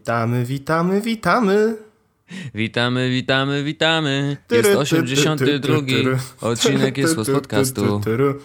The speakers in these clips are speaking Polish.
Witamy, witamy, witamy. Witamy, witamy, witamy. Jest 82. odcinek jest z podcastu.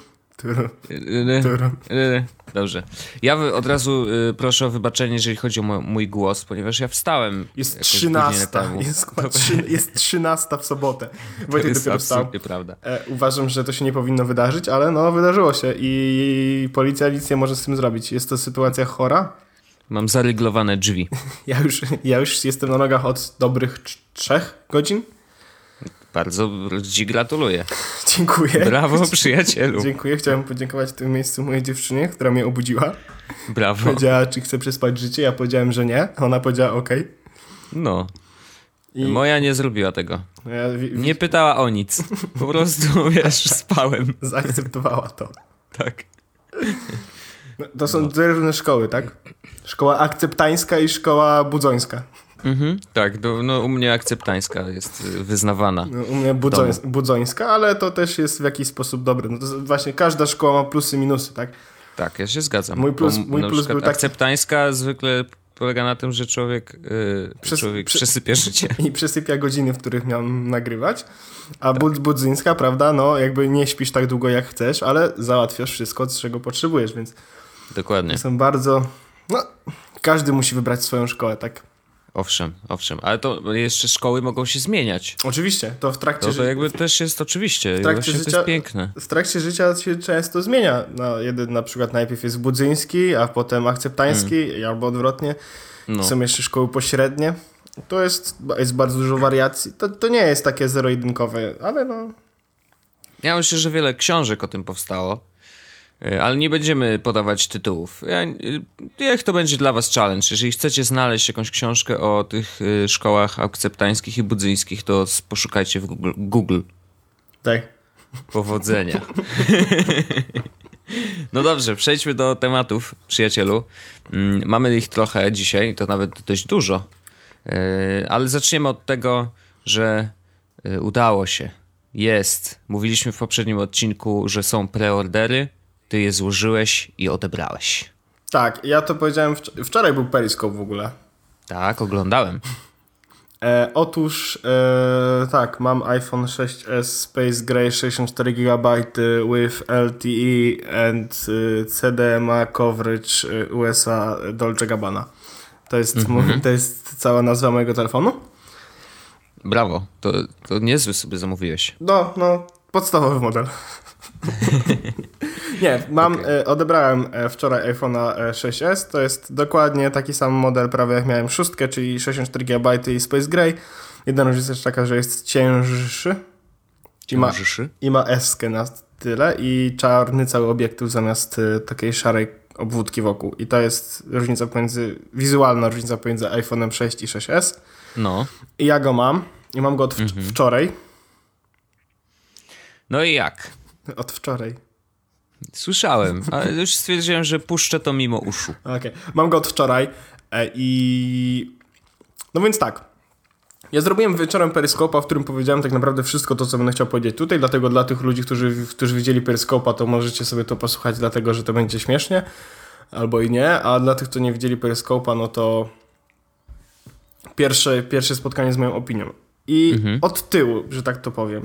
Dobrze. Ja od razu proszę o wybaczenie, jeżeli chodzi o mój głos, ponieważ ja wstałem. Jest 13. Jest 13 w sobotę. Wojtek dopiero wstał. Prawda. Uważam, że to się nie powinno wydarzyć, ale no wydarzyło się i policja nic nie może z tym zrobić. Jest to sytuacja chora. Mam zaryglowane drzwi. Ja już jestem na nogach od dobrych 3 godzin. Bardzo ci gratuluję. Dziękuję. Brawo, przyjacielu. Dziękuję. Chciałem podziękować w tym miejscu mojej dziewczynie, która mnie obudziła. Brawo. Powiedziała, czy chcę przespać życie. Ja powiedziałem, że nie. Ona powiedziała okej. No. Moja nie zrobiła tego. Ja nie pytała o nic. Po prostu, wiesz, spałem. Zaakceptowała to. Tak. No, to są dwie różne szkoły, tak? Szkoła akceptańska i szkoła budzońska. Tak, u mnie akceptańska jest wyznawana. No, u mnie budzońska, ale to też jest w jakiś sposób dobre. No to właśnie każda szkoła ma plusy i minusy, tak? Tak, ja się zgadzam. Mój plus był taki... Akceptańska zwykle polega na tym, że człowiek przesypia życie. I przesypia godziny, w których miałem nagrywać. A budzyńska, prawda, no jakby nie śpisz tak długo jak chcesz, ale załatwiasz wszystko, czego potrzebujesz, więc... Dokładnie. Są bardzo... No, każdy musi wybrać swoją szkołę, tak? Owszem, ale to jeszcze szkoły mogą się zmieniać. Oczywiście, to w trakcie życia... To jakby też jest oczywiście, to jest piękne. W trakcie życia się często zmienia. No, jeden na przykład najpierw jest budzyński, a potem akceptański, albo odwrotnie. No. Są jeszcze szkoły pośrednie. To jest bardzo dużo wariacji. To nie jest takie zero-jedynkowe, ale no... Ja myślę, że wiele książek o tym powstało. Ale nie będziemy podawać tytułów. Niech to będzie dla was challenge. Jeżeli chcecie znaleźć jakąś książkę o tych szkołach akceptańskich i budzyjskich, to poszukajcie w Google. Tak. Powodzenia. No dobrze, przejdźmy do tematów, przyjacielu. Mamy ich trochę dzisiaj, to nawet dość dużo. Ale zaczniemy od tego, że udało się. Mówiliśmy w poprzednim odcinku, że są preordery. Ty je złożyłeś i odebrałeś. Tak, ja to powiedziałem wczoraj był Periscope w ogóle. Tak, oglądałem. Otóż tak, mam iPhone 6s Space Gray 64 GB with LTE and CDMA coverage USA Dolce Gabbana. To jest cała nazwa mojego telefonu. Brawo, to niezły sobie zamówiłeś. No, podstawowy model. Nie, odebrałem wczoraj iPhone'a 6s, to jest dokładnie taki sam model prawie jak miałem 6, czyli 64 GB i Space Gray. Jedna różnica jest taka, że jest cięższy i ma S-kę na tyle i czarny cały obiektyw zamiast takiej szarej obwódki wokół. I to jest wizualna różnica pomiędzy iPhone'em 6 i 6s. No. I ja go mam i mam go od wczoraj. No i jak? Od wczoraj. Słyszałem, ale już stwierdziłem, że puszczę to mimo uszu. Okej. Mam go od wczoraj i... No więc tak. Ja zrobiłem wieczorem Peryskopa, w którym powiedziałem tak naprawdę wszystko to, co będę chciał powiedzieć tutaj, dlatego dla tych ludzi, którzy widzieli Peryskopa, to możecie sobie to posłuchać, dlatego że to będzie śmiesznie, albo i nie, a dla tych, co nie widzieli Peryskopa, no to pierwsze spotkanie z moją opinią. I od tyłu, że tak to powiem.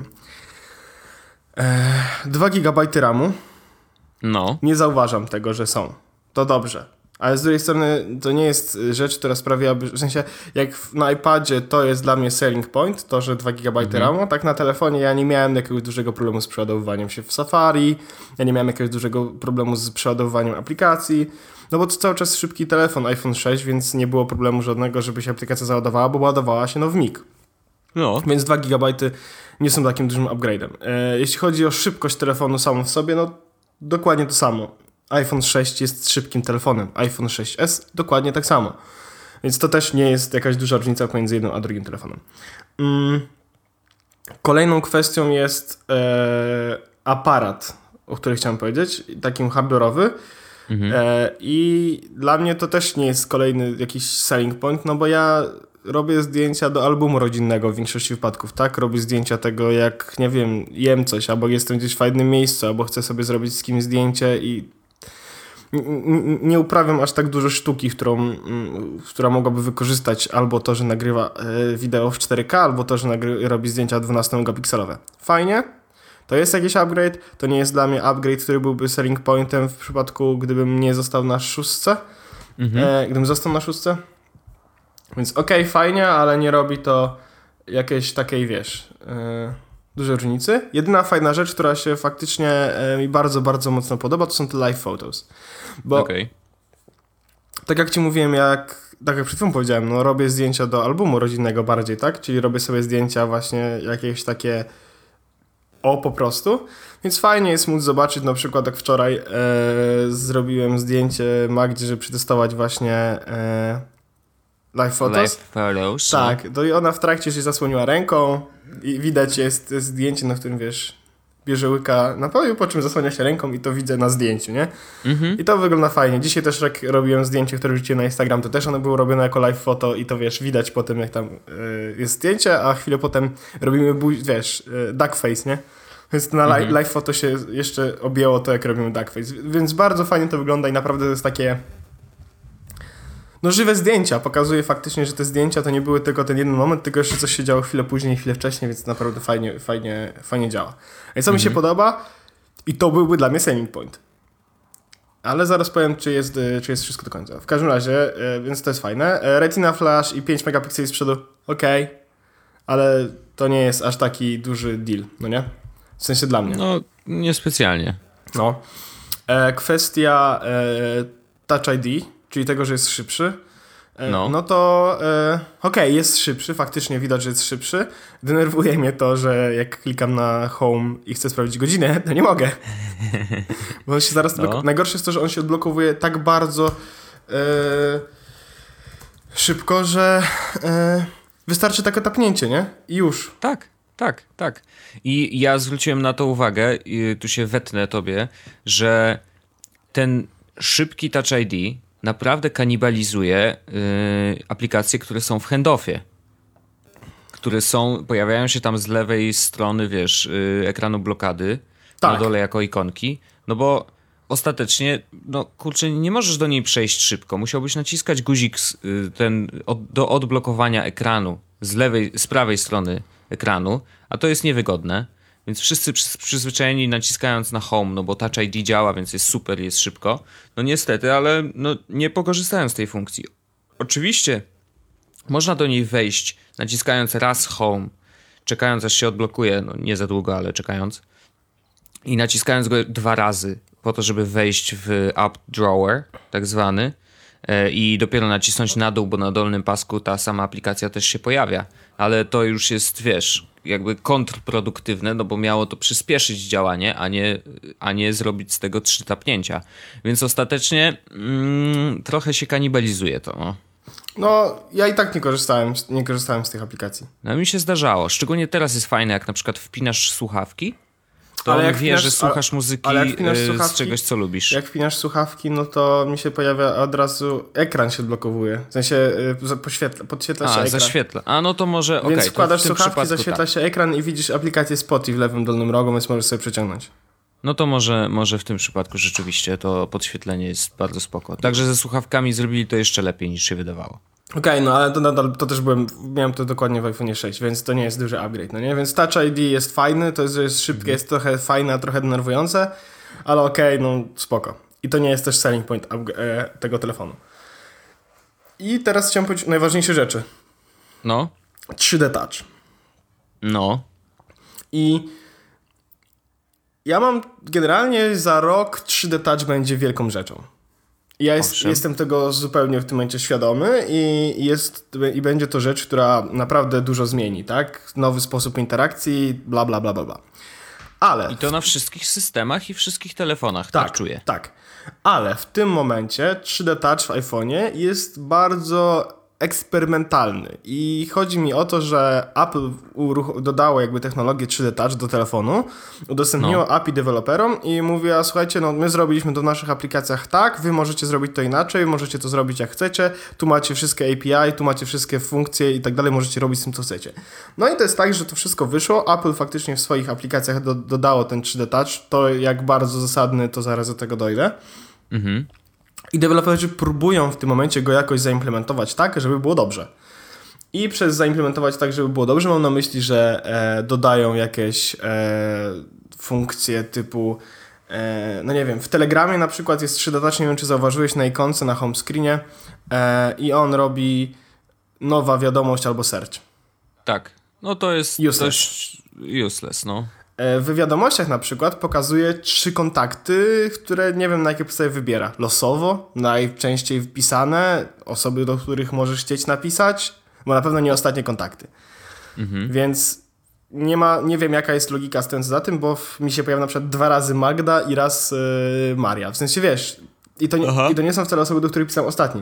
2 GB RAMu. No. Nie zauważam tego, że są. To dobrze. Ale z drugiej strony to nie jest rzecz, która sprawiłaby... W sensie, jak na iPadzie to jest dla mnie selling point, to, że 2 GB RAMu, tak na telefonie ja nie miałem jakiegoś dużego problemu z przeładowywaniem się w Safari, ja nie miałem jakiegoś dużego problemu z przeładowywaniem aplikacji, no bo to cały czas szybki telefon, iPhone 6, więc nie było problemu żadnego, żeby się aplikacja załadowała, bo ładowała się w mig. No. Więc 2 GB nie są takim dużym upgrade'em. Jeśli chodzi o szybkość telefonu samą w sobie, no dokładnie to samo. iPhone 6 jest szybkim telefonem. iPhone 6s dokładnie tak samo. Więc to też nie jest jakaś duża różnica pomiędzy jednym a drugim telefonem. Kolejną kwestią jest aparat, o którym chciałem powiedzieć, takim hardware'owy. I dla mnie to też nie jest kolejny jakiś selling point, no bo ja robię zdjęcia do albumu rodzinnego w większości wypadków, tak? Robię zdjęcia tego, jak, nie wiem, jem coś, albo jestem gdzieś w fajnym miejscu, albo chcę sobie zrobić z kimś zdjęcie i nie uprawiam aż tak dużo sztuki, która mogłaby wykorzystać albo to, że nagrywa wideo w 4K, albo to, że robi zdjęcia 12-megapikselowe. Fajnie, to jest jakiś upgrade, to nie jest dla mnie upgrade, który byłby selling pointem w przypadku, gdybym nie został na 6. Gdybym został na 6. Więc fajnie, ale nie robi to jakiejś takiej, wiesz, dużej różnicy. Jedyna fajna rzecz, która się faktycznie mi bardzo, bardzo mocno podoba, to są te live photos. Bo tak jak ci mówiłem, tak jak przed chwilą powiedziałem, no robię zdjęcia do albumu rodzinnego bardziej, tak? Czyli robię sobie zdjęcia właśnie jakieś takie po prostu. Więc fajnie jest móc zobaczyć, na przykład jak wczoraj zrobiłem zdjęcie Magdzie, żeby przetestować właśnie live photos. Live photos. Tak, to i ona w trakcie się zasłoniła ręką i widać jest zdjęcie, na którym wiesz, bierze łyka napoju, po czym zasłania się ręką i to widzę na zdjęciu, nie? I to wygląda fajnie. Dzisiaj też jak robiłem zdjęcie, które wrzuciłem na Instagram, to też ono było robione jako live photo i to wiesz, widać po tym jak tam jest zdjęcie, a chwilę potem robimy wiesz, duckface, nie? Więc na live photo się jeszcze objęło to, jak robimy duckface. Więc bardzo fajnie to wygląda i naprawdę to jest takie żywe zdjęcia. Pokazuje faktycznie, że te zdjęcia to nie były tylko ten jeden moment, tylko jeszcze coś się działo chwilę później, chwilę wcześniej, więc naprawdę fajnie działa. I co mi się podoba, i to byłby dla mnie selling point. Ale zaraz powiem, czy jest wszystko do końca. W każdym razie, więc to jest fajne. Retina flash i 5 megapikseli z przodu, ale to nie jest aż taki duży deal, no nie? W sensie dla mnie. No, niespecjalnie. No. Kwestia Touch ID, czyli tego, że jest szybszy. No to jest szybszy, faktycznie widać, że jest szybszy. Denerwuje mnie to, że jak klikam na home i chcę sprawdzić godzinę, to nie mogę. Bo on się zaraz Najgorsze jest to, że on się odblokowuje tak bardzo szybko, że wystarczy takie tapnięcie, nie? I już. Tak. I ja zwróciłem na to uwagę, i tu się wetnę tobie, że ten szybki Touch ID naprawdę kanibalizuje aplikacje, które są w handoffie. Pojawiają się tam z lewej strony, wiesz, ekranu blokady, na dole jako ikonki, no bo ostatecznie, nie możesz do niej przejść szybko. Musiałbyś naciskać guzik do odblokowania ekranu z prawej strony ekranu, a to jest niewygodne. Więc wszyscy przyzwyczajeni naciskając na home, no bo Touch ID działa, więc jest super, jest szybko. No niestety, ale nie pokorzystają z tej funkcji. Oczywiście można do niej wejść naciskając raz home, czekając aż się odblokuje, nie za długo, ale czekając. I naciskając go 2 razy po to, żeby wejść w App Drawer, tak zwany. I dopiero nacisnąć na dół, bo na dolnym pasku ta sama aplikacja też się pojawia. Ale to już jest, wiesz, jakby kontrproduktywne, no bo miało to przyspieszyć działanie, a nie zrobić z tego 3 tapnięcia. Więc ostatecznie trochę się kanibalizuje to. No, ja i tak nie korzystałem z tych aplikacji. No mi się zdarzało. Szczególnie teraz jest fajne, jak na przykład wpinasz słuchawki, to on wie, że słuchasz muzyki z czegoś, co lubisz. Jak wpinasz słuchawki, no to mi się pojawia od razu, ekran się odblokowuje. W sensie podświetla się ekran. Zaświetla. No to może, Więc wkładasz słuchawki, zaświetla się ekran i widzisz aplikację Spotify w lewym dolnym rogu, więc możesz sobie przeciągnąć. No to może w tym przypadku rzeczywiście to podświetlenie jest bardzo spoko. Także ze słuchawkami zrobili to jeszcze lepiej niż się wydawało. Ale to nadal, to też miałem to dokładnie w iPhone 6, więc to nie jest duży upgrade, no nie? Więc Touch ID jest fajny, to jest, że jest szybkie, jest trochę fajne, a trochę denerwujące, ale spoko. I to nie jest też selling point tego telefonu. I teraz chciałem powiedzieć najważniejsze rzeczy. 3D Touch. I ja mam generalnie za rok 3D Touch będzie wielką rzeczą. Ja jestem tego zupełnie w tym momencie świadomy i będzie to rzecz, która naprawdę dużo zmieni, tak? Nowy sposób interakcji, bla, bla, bla, bla, bla. Ale... I to na wszystkich systemach i wszystkich telefonach, tak czuję. Tak, ale w tym momencie 3D Touch w iPhone'ie jest bardzo eksperymentalny i chodzi mi o to, że Apple dodało jakby technologię 3D Touch do telefonu, udostępniło API deweloperom i mówi, słuchajcie, my zrobiliśmy to w naszych aplikacjach tak, wy możecie zrobić to inaczej, możecie to zrobić jak chcecie, tu macie wszystkie API, tu macie wszystkie funkcje i tak dalej, możecie robić z tym co chcecie. No i to jest tak, że to wszystko wyszło, Apple faktycznie w swoich aplikacjach dodało ten 3D Touch, to jak bardzo zasadny, to zaraz do tego dojdę. I deweloperzy próbują w tym momencie go jakoś zaimplementować tak, żeby było dobrze. I przez zaimplementować tak, żeby było dobrze, mam na myśli, że dodają jakieś funkcje typu no nie wiem, w Telegramie na przykład jest 3D Touch, nie wiem czy zauważyłeś na ikonce na home screenie i on robi nowa wiadomość albo search. Tak, no to jest dość useless, no. W wiadomościach na przykład pokazuje 3 kontakty, które nie wiem na jakie podstawie wybiera. Losowo, najczęściej wpisane, osoby, do których możesz chcieć napisać, bo na pewno nie ostatnie kontakty. Więc nie wiem jaka jest logika stojąca za tym, bo mi się pojawia na przykład 2 razy Magda i raz Maria. W sensie wiesz, i to nie są wcale osoby, do których pisałem ostatni.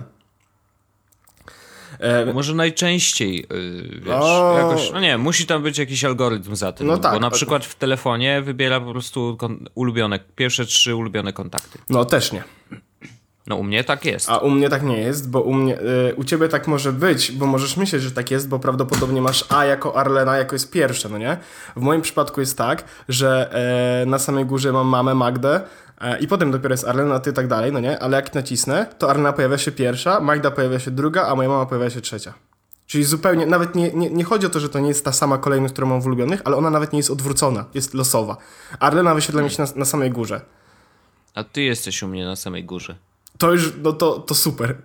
Może najczęściej, wiesz, jakoś, no nie, musi tam być jakiś algorytm za tym, No tak. Bo na przykład w telefonie wybiera po prostu pierwsze 3 ulubione kontakty. No też nie. No u mnie tak jest. A u mnie tak nie jest, bo u ciebie tak może być, bo możesz myśleć, że tak jest, bo prawdopodobnie masz A jako Arlena, jako jest pierwsze, no nie? W moim przypadku jest tak, że na samej górze mam mamę Magdę i potem dopiero jest Arlena, ty i tak dalej, no nie? Ale jak nacisnę, to Arlena pojawia się pierwsza, Magda pojawia się druga, a moja mama pojawia się trzecia. Czyli zupełnie, nawet nie chodzi o to, że to nie jest ta sama kolejność, którą mam w ulubionych, ale ona nawet nie jest odwrócona, jest losowa. Arlena wyświetla mi się na samej górze. A ty jesteś u mnie na samej górze. To już, no to super.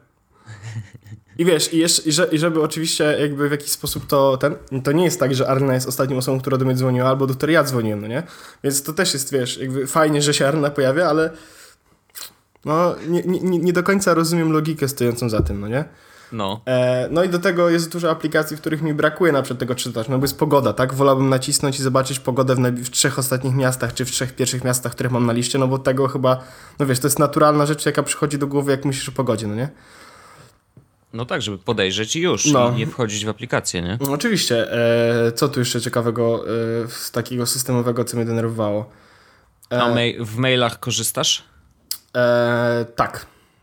I wiesz, i żeby oczywiście jakby w jakiś sposób to nie jest tak, że Arlena jest ostatnią osobą, która do mnie dzwoniła, albo do której ja dzwoniłem, no nie? Więc to też jest, wiesz, jakby fajnie, że się Arlena pojawia, ale no nie do końca rozumiem logikę stojącą za tym, no nie? No. No i do tego jest dużo aplikacji, w których mi brakuje na przykład tego czytać, no bo jest pogoda, tak? Wolałbym nacisnąć i zobaczyć pogodę w 3 ostatnich miastach, czy w 3 pierwszych miastach, których mam na liście, no bo tego chyba, no wiesz, to jest naturalna rzecz, jaka przychodzi do głowy, jak myślisz o pogodzie, no nie? No tak, żeby podejrzeć i już, No. i nie wchodzić w aplikację, nie? No, oczywiście. Co tu jeszcze ciekawego z takiego systemowego, co mnie denerwowało? A w mailach korzystasz? Tak.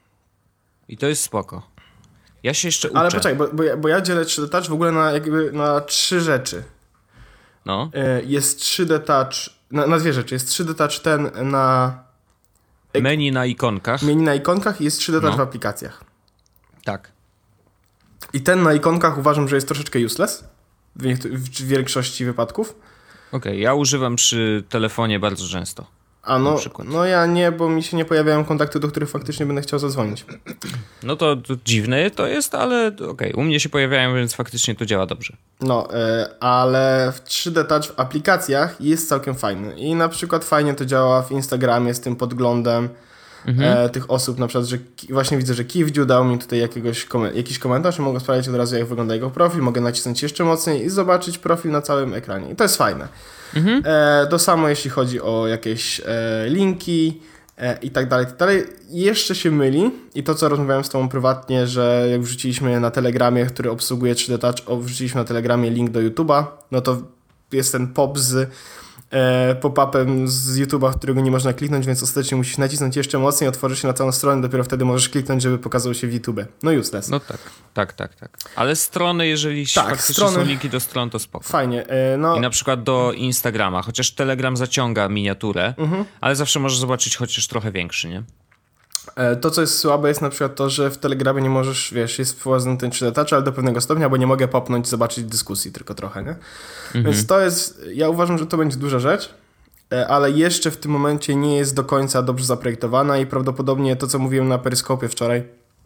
I to jest spoko. Ja się jeszcze uczę. Ale poczekaj, bo ja dzielę 3D Touch w ogóle na 3 rzeczy. No. Jest 3D Touch, na 2 rzeczy. Jest 3D Touch ten na Menu na ikonkach. menu na ikonkach i jest 3D Touch No. w aplikacjach. Tak. I ten na ikonkach uważam, że jest troszeczkę useless w większości wypadków. Okej, ja używam przy telefonie bardzo często. A Na przykład. no ja nie, bo mi się nie pojawiają kontakty, do których faktycznie będę chciał zadzwonić. No to dziwne to jest, ale okej, u mnie się pojawiają, więc faktycznie to działa dobrze. No, ale w 3D Touch w aplikacjach jest całkiem fajny. I na przykład fajnie to działa w Instagramie z tym podglądem tych osób. Na przykład, że właśnie widzę, że Kivdziu dał mi tutaj jakiś komentarz i mogę sprawdzić od razu, jak wygląda jego profil. Mogę nacisnąć jeszcze mocniej i zobaczyć profil na całym ekranie. I to jest fajne. To samo jeśli chodzi o jakieś linki i tak dalej, tak dalej. Jeszcze się myli i to, co rozmawiałem z tobą prywatnie, że jak wrzuciliśmy na Telegramie, który obsługuje 3D Touch, wrzuciliśmy na Telegramie link do YouTube'a, no to jest ten pop z pop-upem z YouTube'a, którego nie można kliknąć, więc ostatecznie musisz nacisnąć jeszcze mocniej, otworzyć się na całą stronę, dopiero wtedy możesz kliknąć, żeby pokazał się w YouTube. No useless. No tak. Ale strony, jeżeli faktycznie są linki do stron, to spoko. Fajnie. I na przykład do Instagrama, chociaż Telegram zaciąga miniaturę, ale zawsze możesz zobaczyć chociaż trochę większy, nie? To, co jest słabe, jest na przykład to, że w Telegramie nie możesz, wiesz, jest wprowadzony ten 3D Touch, ale do pewnego stopnia, bo nie mogę popnąć, zobaczyć dyskusji tylko trochę, nie? Więc to jest, ja uważam, że to będzie duża rzecz, ale jeszcze w tym momencie nie jest do końca dobrze zaprojektowana i prawdopodobnie to, co mówiłem na Peryskopie wczoraj,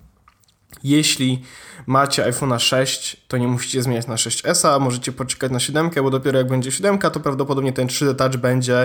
jeśli macie iPhone'a 6, to nie musicie zmieniać na 6S, a możecie poczekać na 7, bo dopiero jak będzie 7, to prawdopodobnie ten 3D Touch będzie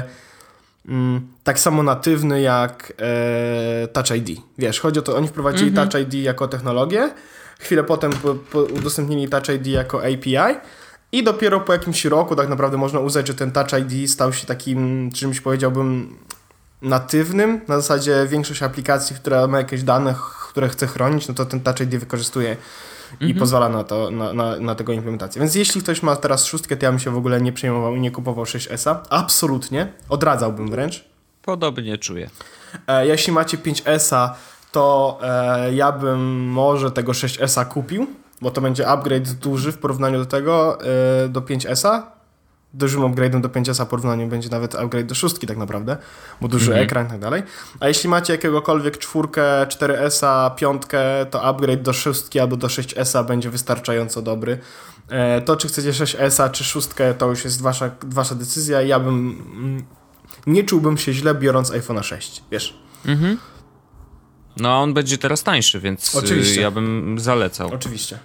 tak samo natywny jak Touch ID. Wiesz, chodzi o to, oni wprowadzili Touch ID jako technologię, chwilę potem udostępnili Touch ID jako API i dopiero po jakimś roku tak naprawdę można uznać, że ten Touch ID stał się takim czymś, powiedziałbym, natywnym. Na zasadzie większość aplikacji, która ma jakieś dane, które chce chronić, no to ten Touch ID wykorzystuje i pozwala na to, na tego implementację. Więc jeśli ktoś ma teraz 6, to ja bym się w ogóle nie przejmował i nie kupował 6S-a. Absolutnie. Odradzałbym wręcz. Podobnie czuję. Jeśli macie 5S-a, to ja bym może tego 6S-a kupił, bo to będzie upgrade duży w porównaniu do tego, do 5S-a. dużym upgrade'em do 5S w porównaniu będzie nawet upgrade do 6 tak naprawdę, bo duży ekran i tak dalej. A jeśli macie jakiegokolwiek 4, 4S, 5, to upgrade do 6 albo do 6S będzie wystarczająco dobry. To, czy chcecie 6S czy 6, to już jest wasza decyzja. Ja nie czułbym się źle, biorąc iPhone'a 6, wiesz. No, on będzie teraz tańszy, więc Oczywiście. Ja bym zalecał. Oczywiście.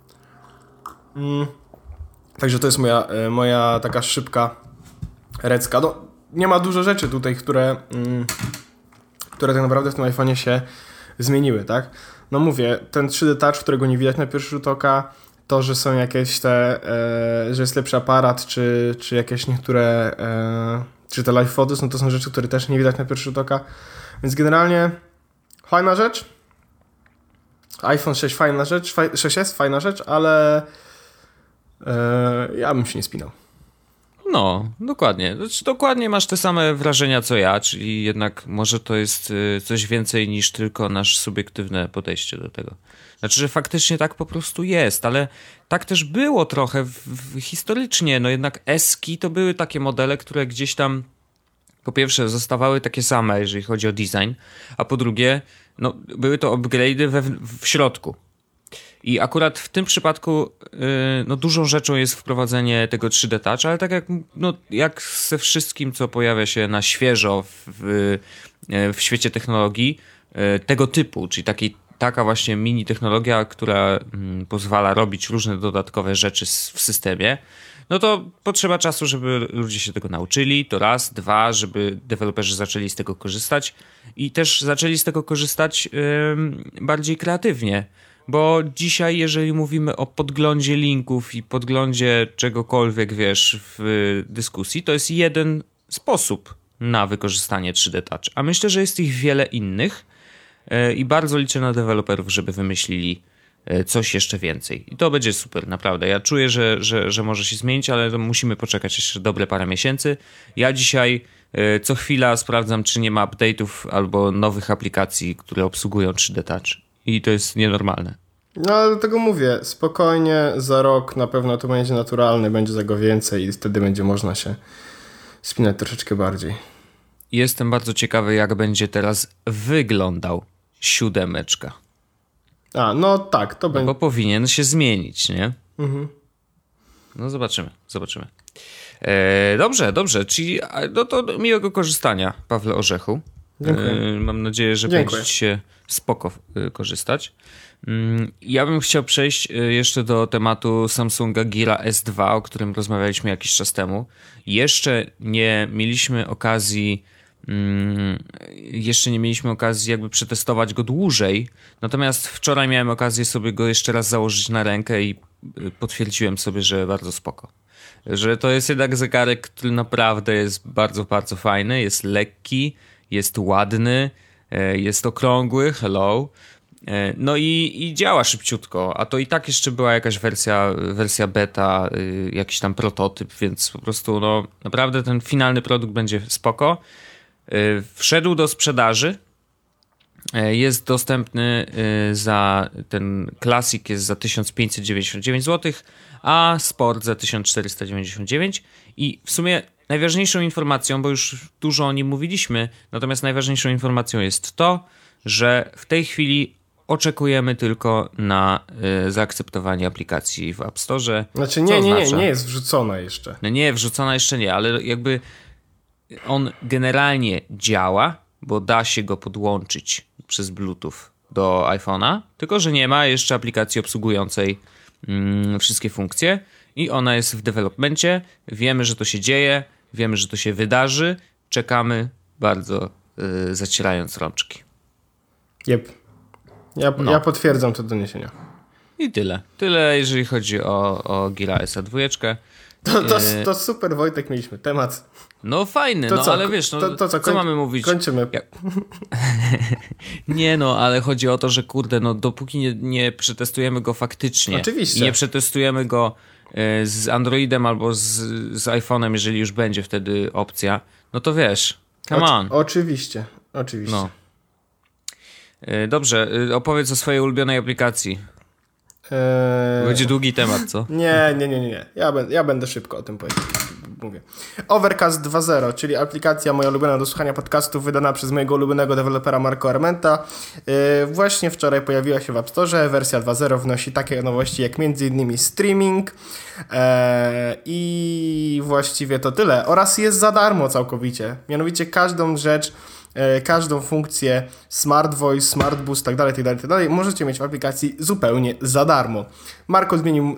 Także to jest moja taka szybka recka. No, nie ma dużo rzeczy tutaj, które tak naprawdę w tym iPhone'ie się zmieniły, tak? No mówię, ten 3D Touch, którego nie widać na pierwszy rzut oka, to, że są jakieś że jest lepszy aparat, czy jakieś niektóre, czy te live photos, no to są rzeczy, które też nie widać na pierwszy rzut oka. Więc generalnie fajna rzecz. iPhone 6 fajna rzecz, 6S fajna rzecz, ale ja bym się nie spinał. No, dokładnie. Znaczy, dokładnie masz te same wrażenia co ja, czyli jednak może to jest coś więcej niż tylko nasze subiektywne podejście do tego. Znaczy, że faktycznie tak po prostu jest, ale tak też było trochę historycznie. No jednak S-ki to były takie modele, które gdzieś tam po pierwsze zostawały takie same, jeżeli chodzi o design, a po drugie, no, były to upgrade'y w środku. I akurat w tym przypadku no, dużą rzeczą jest wprowadzenie tego 3D Touch, ale tak jak ze wszystkim, co pojawia się na świeżo w świecie technologii tego typu, czyli taka właśnie mini technologia, która pozwala robić różne dodatkowe rzeczy w systemie, no to potrzeba czasu, żeby ludzie się tego nauczyli, to raz, dwa, żeby deweloperzy zaczęli z tego korzystać i też zaczęli z tego korzystać bardziej kreatywnie. Bo dzisiaj, jeżeli mówimy o podglądzie linków i podglądzie czegokolwiek, wiesz, w dyskusji, to jest jeden sposób na wykorzystanie 3D Touch. A myślę, że jest ich wiele innych i bardzo liczę na deweloperów, żeby wymyślili coś jeszcze więcej. I to będzie super, naprawdę. Ja czuję, że może się zmienić, ale to musimy poczekać jeszcze dobre parę miesięcy. Ja dzisiaj co chwila sprawdzam, czy nie ma update'ów albo nowych aplikacji, które obsługują 3D Touch. I to jest nienormalne. No ale dlatego mówię, spokojnie, za rok na pewno to będzie naturalne, będzie tego więcej i wtedy będzie można się spinać troszeczkę bardziej. Jestem bardzo ciekawy, jak będzie teraz wyglądał 7. No tak, to będzie. Bo powinien się zmienić, nie? No zobaczymy. Dobrze, czyli no to miłego korzystania, Pawle Orzechu. Mam nadzieję, że będzie ci się spoko korzystać. Ja bym chciał przejść jeszcze do tematu Samsunga Geara S2, o którym rozmawialiśmy jakiś czas temu. Jeszcze nie mieliśmy okazji jakby przetestować go dłużej, natomiast wczoraj miałem okazję sobie go jeszcze raz założyć na rękę i potwierdziłem sobie, że bardzo spoko. Że to jest jednak zegarek, który naprawdę jest bardzo, bardzo fajny, jest lekki, jest ładny, jest okrągły, hello. No i działa szybciutko, a to i tak jeszcze była jakaś wersja beta, jakiś tam prototyp, więc po prostu no naprawdę ten finalny produkt będzie spoko. Wszedł do sprzedaży, jest dostępny za ten Classic jest za 1599 zł, a Sport za 1499 i w sumie najważniejszą informacją, bo już dużo o nim mówiliśmy, natomiast najważniejszą informacją jest to, że w tej chwili oczekujemy tylko na zaakceptowanie aplikacji w App Store. Znaczy nie jest wrzucona jeszcze. No nie, wrzucona jeszcze nie, ale jakby on generalnie działa, bo da się go podłączyć przez Bluetooth do iPhone'a, tylko że nie ma jeszcze aplikacji obsługującej wszystkie funkcje i ona jest w developmencie. Wiemy, że to się dzieje, wiemy, że to się wydarzy. Czekamy bardzo zacierając rączki. Jep. Ja potwierdzam te doniesienia. I tyle. Tyle, jeżeli chodzi o Geara SA2. To super, Wojtek, mieliśmy temat. No fajny, to no co? ale wiesz, no, co mamy mówić? Kończymy. Nie no, ale chodzi o to, że kurde, no dopóki nie przetestujemy go faktycznie. Oczywiście. I nie przetestujemy go z Androidem albo z iPhone'em, jeżeli już będzie wtedy opcja, no to wiesz, come on. Oczywiście. No. Dobrze, opowiedz o swojej ulubionej aplikacji. Będzie długi temat, co? Nie. Ja będę szybko o tym mówię. Overcast 2.0, czyli aplikacja moja ulubiona do słuchania podcastów, wydana przez mojego ulubionego dewelopera Marco Armenta. Właśnie wczoraj pojawiła się w App Store. Wersja 2.0 wnosi takie nowości jak m.in. streaming i właściwie to tyle. Oraz jest za darmo całkowicie. Mianowicie każdą rzecz, każdą funkcję Smart Voice, Smart Boost, tak dalej, możecie mieć w aplikacji zupełnie za darmo. Marco zmienił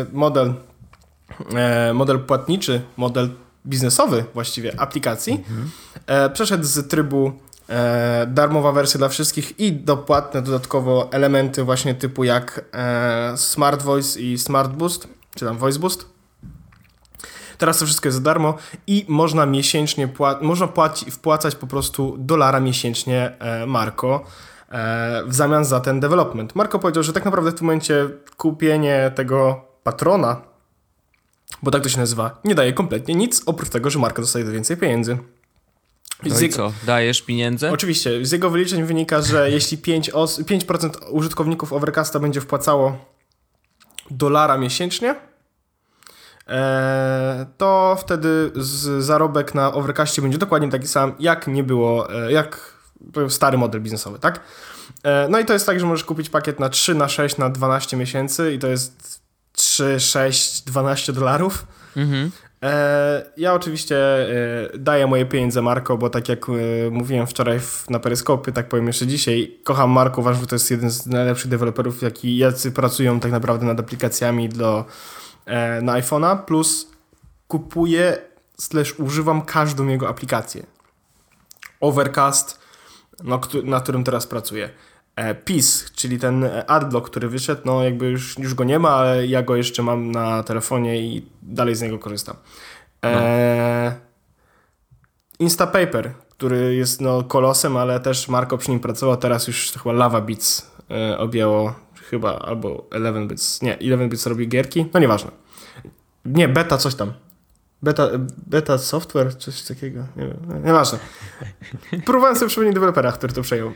model płatniczy, model biznesowy właściwie aplikacji. Przeszedł z trybu darmowa wersja dla wszystkich i dopłatne dodatkowo elementy właśnie typu jak Smart Voice i Smart Boost, czy tam Voice Boost. Teraz to wszystko jest za darmo i można miesięcznie wpłacać po prostu $1 miesięcznie Marco w zamian za ten development. Marco powiedział, że tak naprawdę w tym momencie kupienie tego patrona, bo tak to się nazywa, nie daje kompletnie nic, oprócz tego, że Marco dostaje więcej pieniędzy. No i co? Dajesz pieniądze? Oczywiście. Z jego wyliczeń wynika, że jeśli 5% użytkowników Overcasta będzie wpłacało $1 miesięcznie, to wtedy zarobek na Overcastie będzie dokładnie taki sam, jak nie było, jak stary model biznesowy, tak? No i to jest tak, że możesz kupić pakiet na 3, na 6, na 12 miesięcy i to jest 3, 6, $12. Ja oczywiście daję moje pieniądze Marco, bo tak jak mówiłem wczoraj na Peryskopie, tak powiem jeszcze dzisiaj, kocham Marco, uważam, że to jest jeden z najlepszych deweloperów, jacy pracują tak naprawdę nad aplikacjami na iPhone'a, plus kupuję / używam każdą jego aplikację. Overcast, na którym teraz pracuję. Peace, czyli ten adblock, który wyszedł, no jakby już go nie ma, ale ja go jeszcze mam na telefonie i dalej z niego korzystam. Instapaper, który jest kolosem, ale też Marco przy nim pracował, teraz już to chyba Lava Beats objęło chyba, albo 11bits, nie, 11bits robi gierki, no nieważne. Nie, beta coś tam. Beta software, coś takiego, nie wiem, nieważne. Próbowałem sobie przypomnieć dewelopera, który to przejął.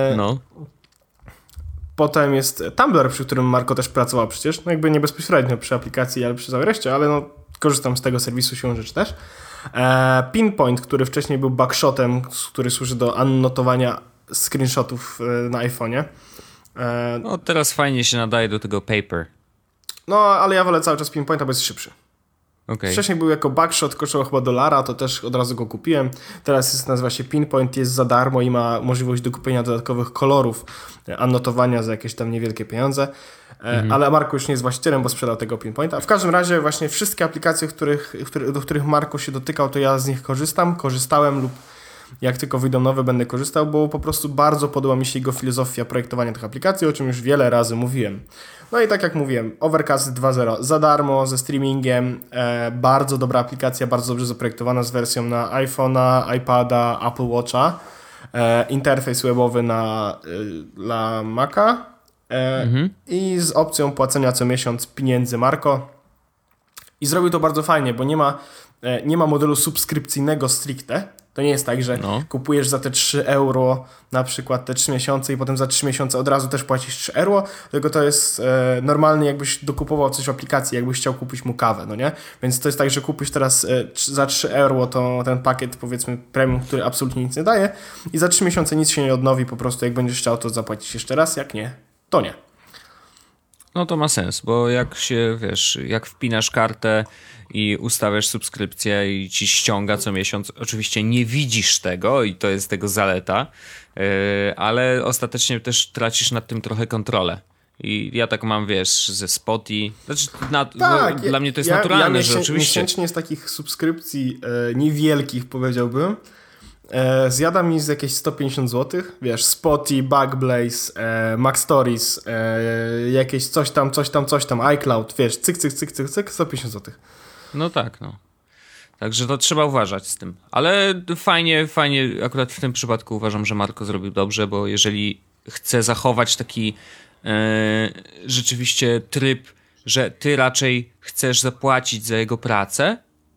Potem jest Tumblr, przy którym Marco też pracował przecież, no jakby nie bezpośrednio przy aplikacji, ale przy całej reszcie, ale korzystam z tego serwisu siłą rzeczy też. Pinpoint, który wcześniej był backshotem, który służy do annotowania screenshotów na iPhone'ie. No teraz fajnie się nadaje do tego Paper. No, ale ja wolę cały czas Pinpointa, bo jest szybszy. Okay. Wcześniej był jako backshot, kosztował chyba $1, to też od razu go kupiłem. Teraz nazywa się Pinpoint, jest za darmo i ma możliwość do kupienia dodatkowych kolorów, annotowania za jakieś tam niewielkie pieniądze. Ale Marco już nie jest właścicielem, bo sprzedał tego Pinpointa. W każdym razie właśnie wszystkie aplikacje, do których Marco się dotykał, to ja z nich korzystałem lub jak tylko wyjdą nowe, będę korzystał, bo po prostu bardzo podoba mi się jego filozofia projektowania tych aplikacji, o czym już wiele razy mówiłem. No i tak jak mówiłem, Overcast 2.0 za darmo, ze streamingiem, bardzo dobra aplikacja, bardzo dobrze zaprojektowana z wersją na iPhone'a, iPada, Apple Watcha, interfejs webowy dla Maca i z opcją płacenia co miesiąc pieniędzy Marco. I zrobił to bardzo fajnie, bo nie ma modelu subskrypcyjnego stricte. To nie jest tak, że kupujesz za te 3 euro na przykład te 3 miesiące i potem za 3 miesiące od razu też płacisz 3 euro, tylko to jest normalnie jakbyś dokupował coś w aplikacji, jakbyś chciał kupić mu kawę, no nie? Więc to jest tak, że kupisz teraz za 3 euro to ten pakiet powiedzmy premium, który absolutnie nic nie daje i za 3 miesiące nic się nie odnowi, po prostu jak będziesz chciał to zapłacić jeszcze raz, jak nie, to nie. No to ma sens, bo jak wpinasz kartę i ustawiasz subskrypcję i ci ściąga co miesiąc, oczywiście nie widzisz tego i to jest tego zaleta, ale ostatecznie też tracisz nad tym trochę kontrolę. I ja tak mam, ze Spotify. Znaczy, dla mnie to jest naturalne, że oczywiście... Miesięcznie z takich subskrypcji niewielkich, powiedziałbym, zjada mi z jakieś 150 zł, Spotify, Backblaze, Mac Stories, jakieś coś tam, iCloud, cyk, 150 zł. No tak, Także to trzeba uważać z tym. Ale fajnie, akurat w tym przypadku uważam, że Marco zrobił dobrze, bo jeżeli chce zachować taki rzeczywiście tryb, że ty raczej chcesz zapłacić za jego pracę,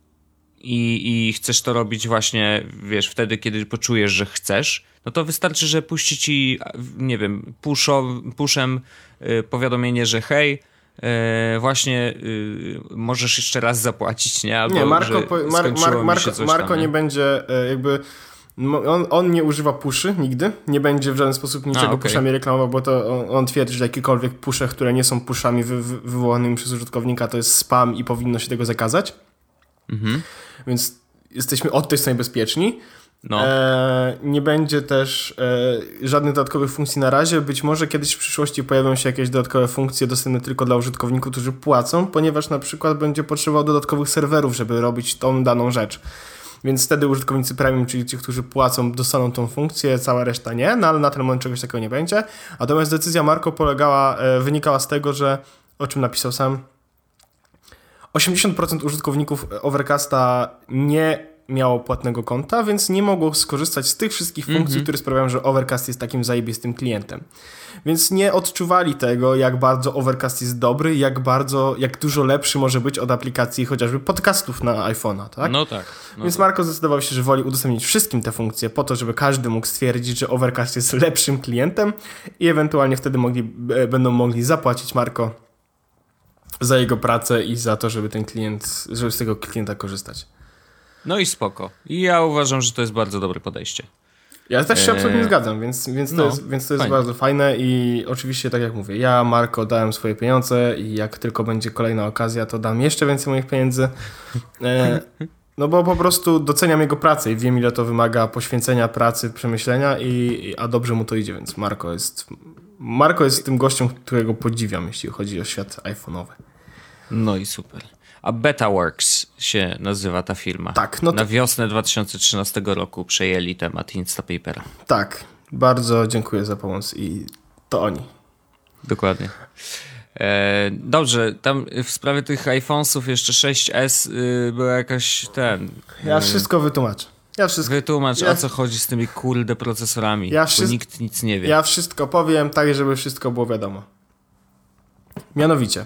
i chcesz to robić właśnie, wtedy, kiedy poczujesz, że chcesz, no to wystarczy, że puści ci, nie wiem, pushem powiadomienie, że hej, właśnie możesz jeszcze raz zapłacić, nie? Albo Nie, Marko nie? nie będzie jakby... On nie używa pushy nigdy, nie będzie w żaden sposób niczego pushami reklamował, bo to on twierdzi, że jakiekolwiek pusze, które nie są pushami wywołanymi przez użytkownika, to jest spam i powinno się tego zakazać. Więc jesteśmy od tej strony bezpieczni. No. Nie będzie też żadnych dodatkowych funkcji na razie. Być może kiedyś w przyszłości pojawią się jakieś dodatkowe funkcje dostępne tylko dla użytkowników, którzy płacą, ponieważ na przykład będzie potrzebował dodatkowych serwerów, żeby robić tą daną rzecz. Więc wtedy użytkownicy premium, czyli ci, którzy płacą, dostaną tą funkcję, cała reszta nie, no ale na ten moment czegoś takiego nie będzie. Natomiast decyzja Marco wynikała z tego, że, o czym napisał sam, 80% użytkowników Overcasta nie miało płatnego konta, więc nie mogło skorzystać z tych wszystkich funkcji, które sprawiają, że Overcast jest takim zajebistym klientem. Więc nie odczuwali tego, jak bardzo Overcast jest dobry, jak dużo lepszy może być od aplikacji chociażby podcastów na iPhone'a, tak? No tak. Więc Marco zdecydował się, że woli udostępnić wszystkim te funkcje po to, żeby każdy mógł stwierdzić, że Overcast jest lepszym klientem i ewentualnie wtedy będą mogli zapłacić Marco za jego pracę i za to, żeby żeby z tego klienta korzystać. No i spoko. I ja uważam, że to jest bardzo dobre podejście. Ja też się absolutnie zgadzam, więc to jest bardzo fajne i oczywiście, tak jak mówię, ja Marco dałem swoje pieniądze i jak tylko będzie kolejna okazja, to dam jeszcze więcej moich pieniędzy. No bo po prostu doceniam jego pracę i wiem, ile to wymaga poświęcenia pracy, przemyślenia, a dobrze mu to idzie, więc Marco jest tym gościem, którego podziwiam, jeśli chodzi o świat iPhone'owy. No i super. A BetaWorks się nazywa ta firma. Tak. Na wiosnę 2013 roku przejęli temat Instapapera. Tak. Bardzo dziękuję za pomoc i to oni. Dokładnie. Dobrze, tam w sprawie tych iPhonesów jeszcze 6S była jakaś Ja wszystko wytłumaczę. Wytłumacz, o co chodzi z tymi kurde procesorami, bo nikt nic nie wie. Ja wszystko powiem tak, żeby wszystko było wiadomo. Mianowicie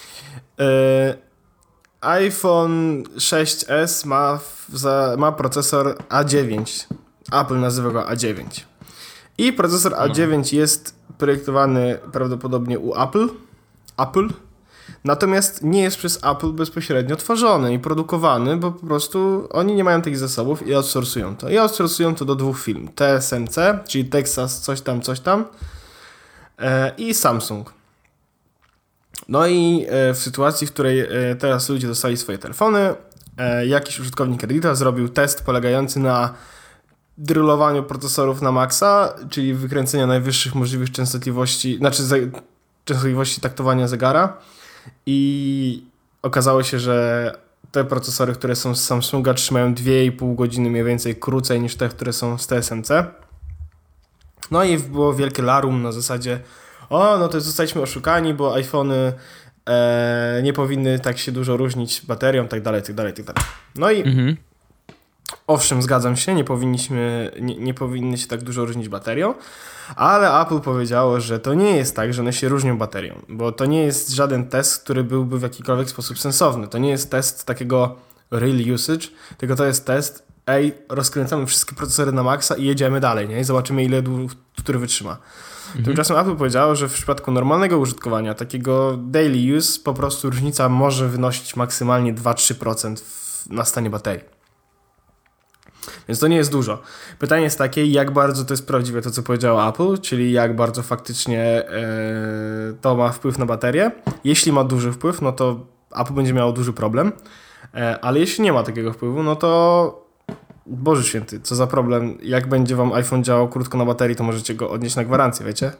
iPhone 6s ma procesor A9. Apple nazywa go A9. I procesor A9 jest projektowany prawdopodobnie u Apple. Natomiast nie jest przez Apple bezpośrednio tworzony i produkowany, bo po prostu oni nie mają tych zasobów i outsourcują to. I outsourcują to do dwóch firm. TSMC, czyli Texas coś tam i Samsung. No i w sytuacji, w której teraz ludzie dostali swoje telefony, jakiś użytkownik Reddita zrobił test polegający na drillowaniu procesorów na maksa, czyli wykręcenia najwyższych możliwych częstotliwości, częstotliwości taktowania zegara i okazało się, że te procesory, które są z Samsunga trzymają 2,5 godziny mniej więcej krócej niż te, które są z TSMC. No i było wielkie larum na zasadzie no to zostaliśmy oszukani, bo iPhony nie powinny tak się dużo różnić baterią, tak dalej. No i owszem, zgadzam się, nie powinny się tak dużo różnić baterią, ale Apple powiedziało, że to nie jest tak, że one się różnią baterią, bo to nie jest żaden test, który byłby w jakikolwiek sposób sensowny. To nie jest test takiego real usage, tylko to jest test, rozkręcamy wszystkie procesory na maksa i jedziemy dalej, nie? I zobaczymy, ile który wytrzyma. Tymczasem Apple powiedziało, że w przypadku normalnego użytkowania, takiego daily use, po prostu różnica może wynosić maksymalnie 2-3% na stanie baterii. Więc to nie jest dużo. Pytanie jest takie, jak bardzo to jest prawdziwe to, co powiedziało Apple, czyli jak bardzo faktycznie to ma wpływ na baterię. Jeśli ma duży wpływ, no to Apple będzie miało duży problem, ale jeśli nie ma takiego wpływu, no to Boże święty, co za problem. Jak będzie wam iPhone działał krótko na baterii, to możecie go odnieść na gwarancję, wiecie?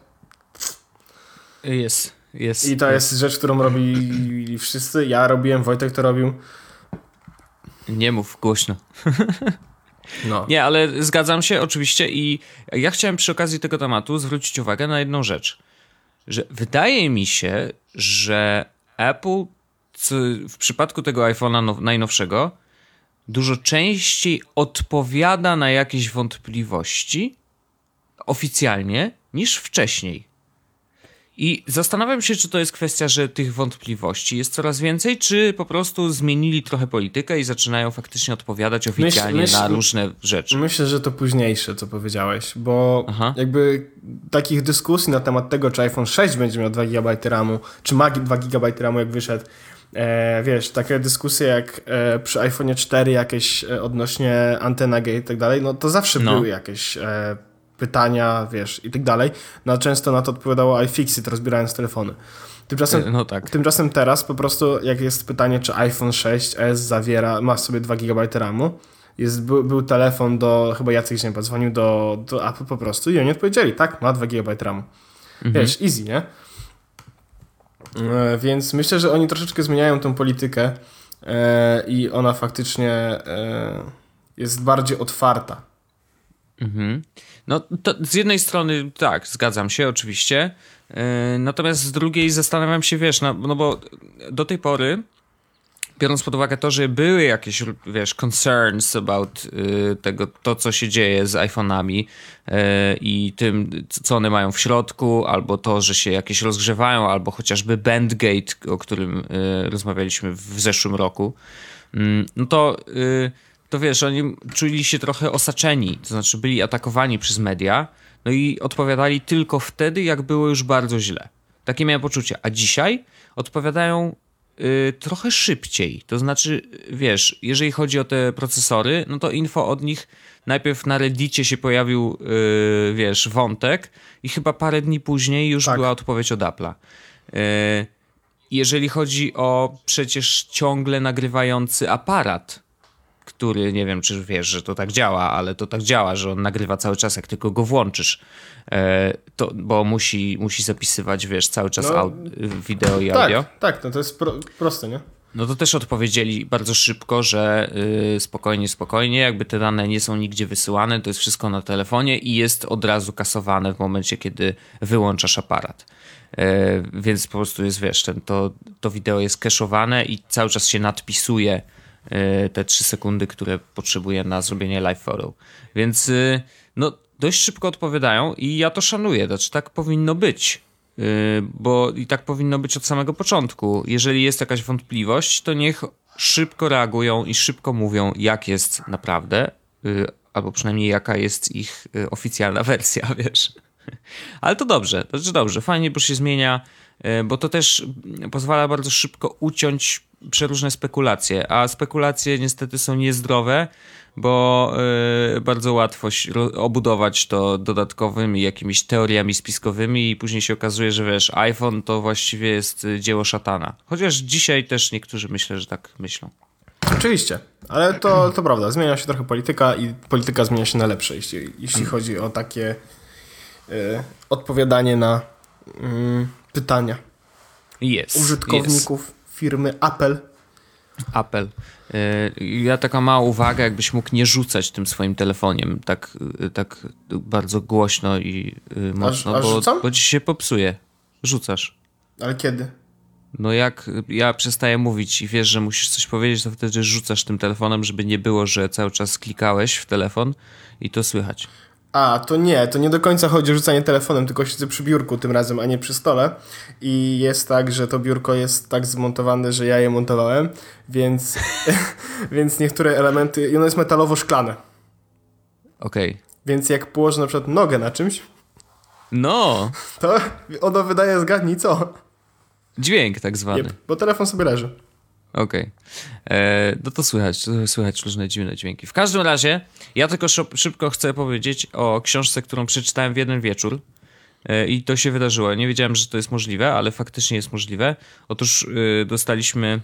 Jest. I to jest rzecz, którą robili wszyscy. Ja robiłem, Wojtek to robił. Nie mów głośno. No. Nie, ale zgadzam się oczywiście i ja chciałem przy okazji tego tematu zwrócić uwagę na jedną rzecz. Że wydaje mi się, że Apple w przypadku tego iPhone'a najnowszego dużo częściej odpowiada na jakieś wątpliwości oficjalnie niż wcześniej. I zastanawiam się, czy to jest kwestia, że tych wątpliwości jest coraz więcej, czy po prostu zmienili trochę politykę i zaczynają faktycznie odpowiadać oficjalnie na różne rzeczy. Myślę, że to późniejsze, co powiedziałeś, bo jakby takich dyskusji na temat tego, czy iPhone 6 będzie miał 2 GB RAMu, czy ma 2 GB RAMu, jak wyszedł, wiesz, takie dyskusje jak przy iPhone 4 jakieś odnośnie Antenna Gate i tak dalej, no to zawsze były jakieś pytania, wiesz, i tak dalej. No często na to odpowiadało iFixit, rozbierając telefony. Tymczasem teraz po prostu, jak jest pytanie, czy iPhone 6s ma w sobie 2 GB RAMu, był telefon do, chyba Jacek się dzwonił do Apple po prostu i oni odpowiedzieli, tak, ma 2 GB RAMu. Wiesz, easy, nie? Więc myślę, że oni troszeczkę zmieniają tą politykę i ona faktycznie jest bardziej otwarta. No to z jednej strony tak, zgadzam się oczywiście, natomiast z drugiej zastanawiam się, wiesz, no bo do tej pory, biorąc pod uwagę to, że były jakieś, wiesz, concerns about to, co się dzieje z iPhone'ami i tym, co one mają w środku, albo to, że się jakieś rozgrzewają, albo chociażby Bandgate, o którym rozmawialiśmy w zeszłym roku, no to wiesz, oni czuli się trochę osaczeni, to znaczy byli atakowani przez media, no i odpowiadali tylko wtedy, jak było już bardzo źle. Takie miałem poczucie. A dzisiaj odpowiadają trochę szybciej. To znaczy, wiesz, jeżeli chodzi o te procesory, no to info od nich najpierw na Reddicie się pojawił, wiesz, wątek i chyba parę dni później już była odpowiedź od Apple'a. Jeżeli chodzi o przecież ciągle nagrywający aparat, który, nie wiem, czy wiesz, że to tak działa, ale to tak działa, że on nagrywa cały czas, jak tylko go bo musi zapisywać, wiesz, cały czas wideo i audio. Tak, no to jest proste, nie? No to też odpowiedzieli bardzo szybko, że spokojnie, jakby te dane nie są nigdzie wysyłane, to jest wszystko na telefonie i jest od razu kasowane w momencie, kiedy wyłączasz aparat. Więc po prostu jest, wiesz, to wideo jest cache'owane i cały czas się nadpisuje te 3 sekundy, które potrzebuje na zrobienie live photo. Więc no dość szybko odpowiadają i ja to szanuję. Znaczy tak powinno być. Bo i tak powinno być od samego początku. Jeżeli jest jakaś wątpliwość, to niech szybko reagują i szybko mówią, jak jest naprawdę, albo przynajmniej jaka jest ich oficjalna wersja, wiesz. Ale to dobrze, fajnie, bo się zmienia, bo to też pozwala bardzo szybko uciąć przeróżne spekulacje, a spekulacje niestety są niezdrowe, bo bardzo łatwo obudować to dodatkowymi jakimiś teoriami spiskowymi i później się okazuje, że wiesz, iPhone to właściwie jest dzieło szatana. Chociaż dzisiaj też niektórzy myślę, że tak myślą. Oczywiście, ale to prawda, zmienia się trochę polityka i polityka zmienia się na lepsze, jeśli chodzi o takie odpowiadanie na pytania użytkowników firmy Apple. Ja taka mała uwaga, jakbyś mógł nie rzucać tym swoim telefoniem tak bardzo głośno i mocno, bo ci się popsuje. Rzucasz. Ale kiedy? No jak ja przestaję mówić i wiesz, że musisz coś powiedzieć, to wtedy rzucasz tym telefonem, żeby nie było, że cały czas klikałeś w telefon i to słychać. To nie do końca chodzi o rzucanie telefonem, tylko siedzę przy biurku tym razem, a nie przy stole i jest tak, że to biurko jest tak zmontowane, że ja je montowałem, więc, więc niektóre elementy, i ono jest metalowo-szklane. Okej. Więc jak położę na przykład nogę na czymś, to ono wydaje, zgadnij co? Dźwięk tak zwany. Bo telefon sobie leży. Okej. No to słychać różne dziwne dźwięki. W każdym razie, ja tylko szybko chcę powiedzieć o książce, którą przeczytałem w jeden wieczór i to się wydarzyło. Nie wiedziałem, że to jest możliwe, ale faktycznie jest możliwe. Otóż dostaliśmy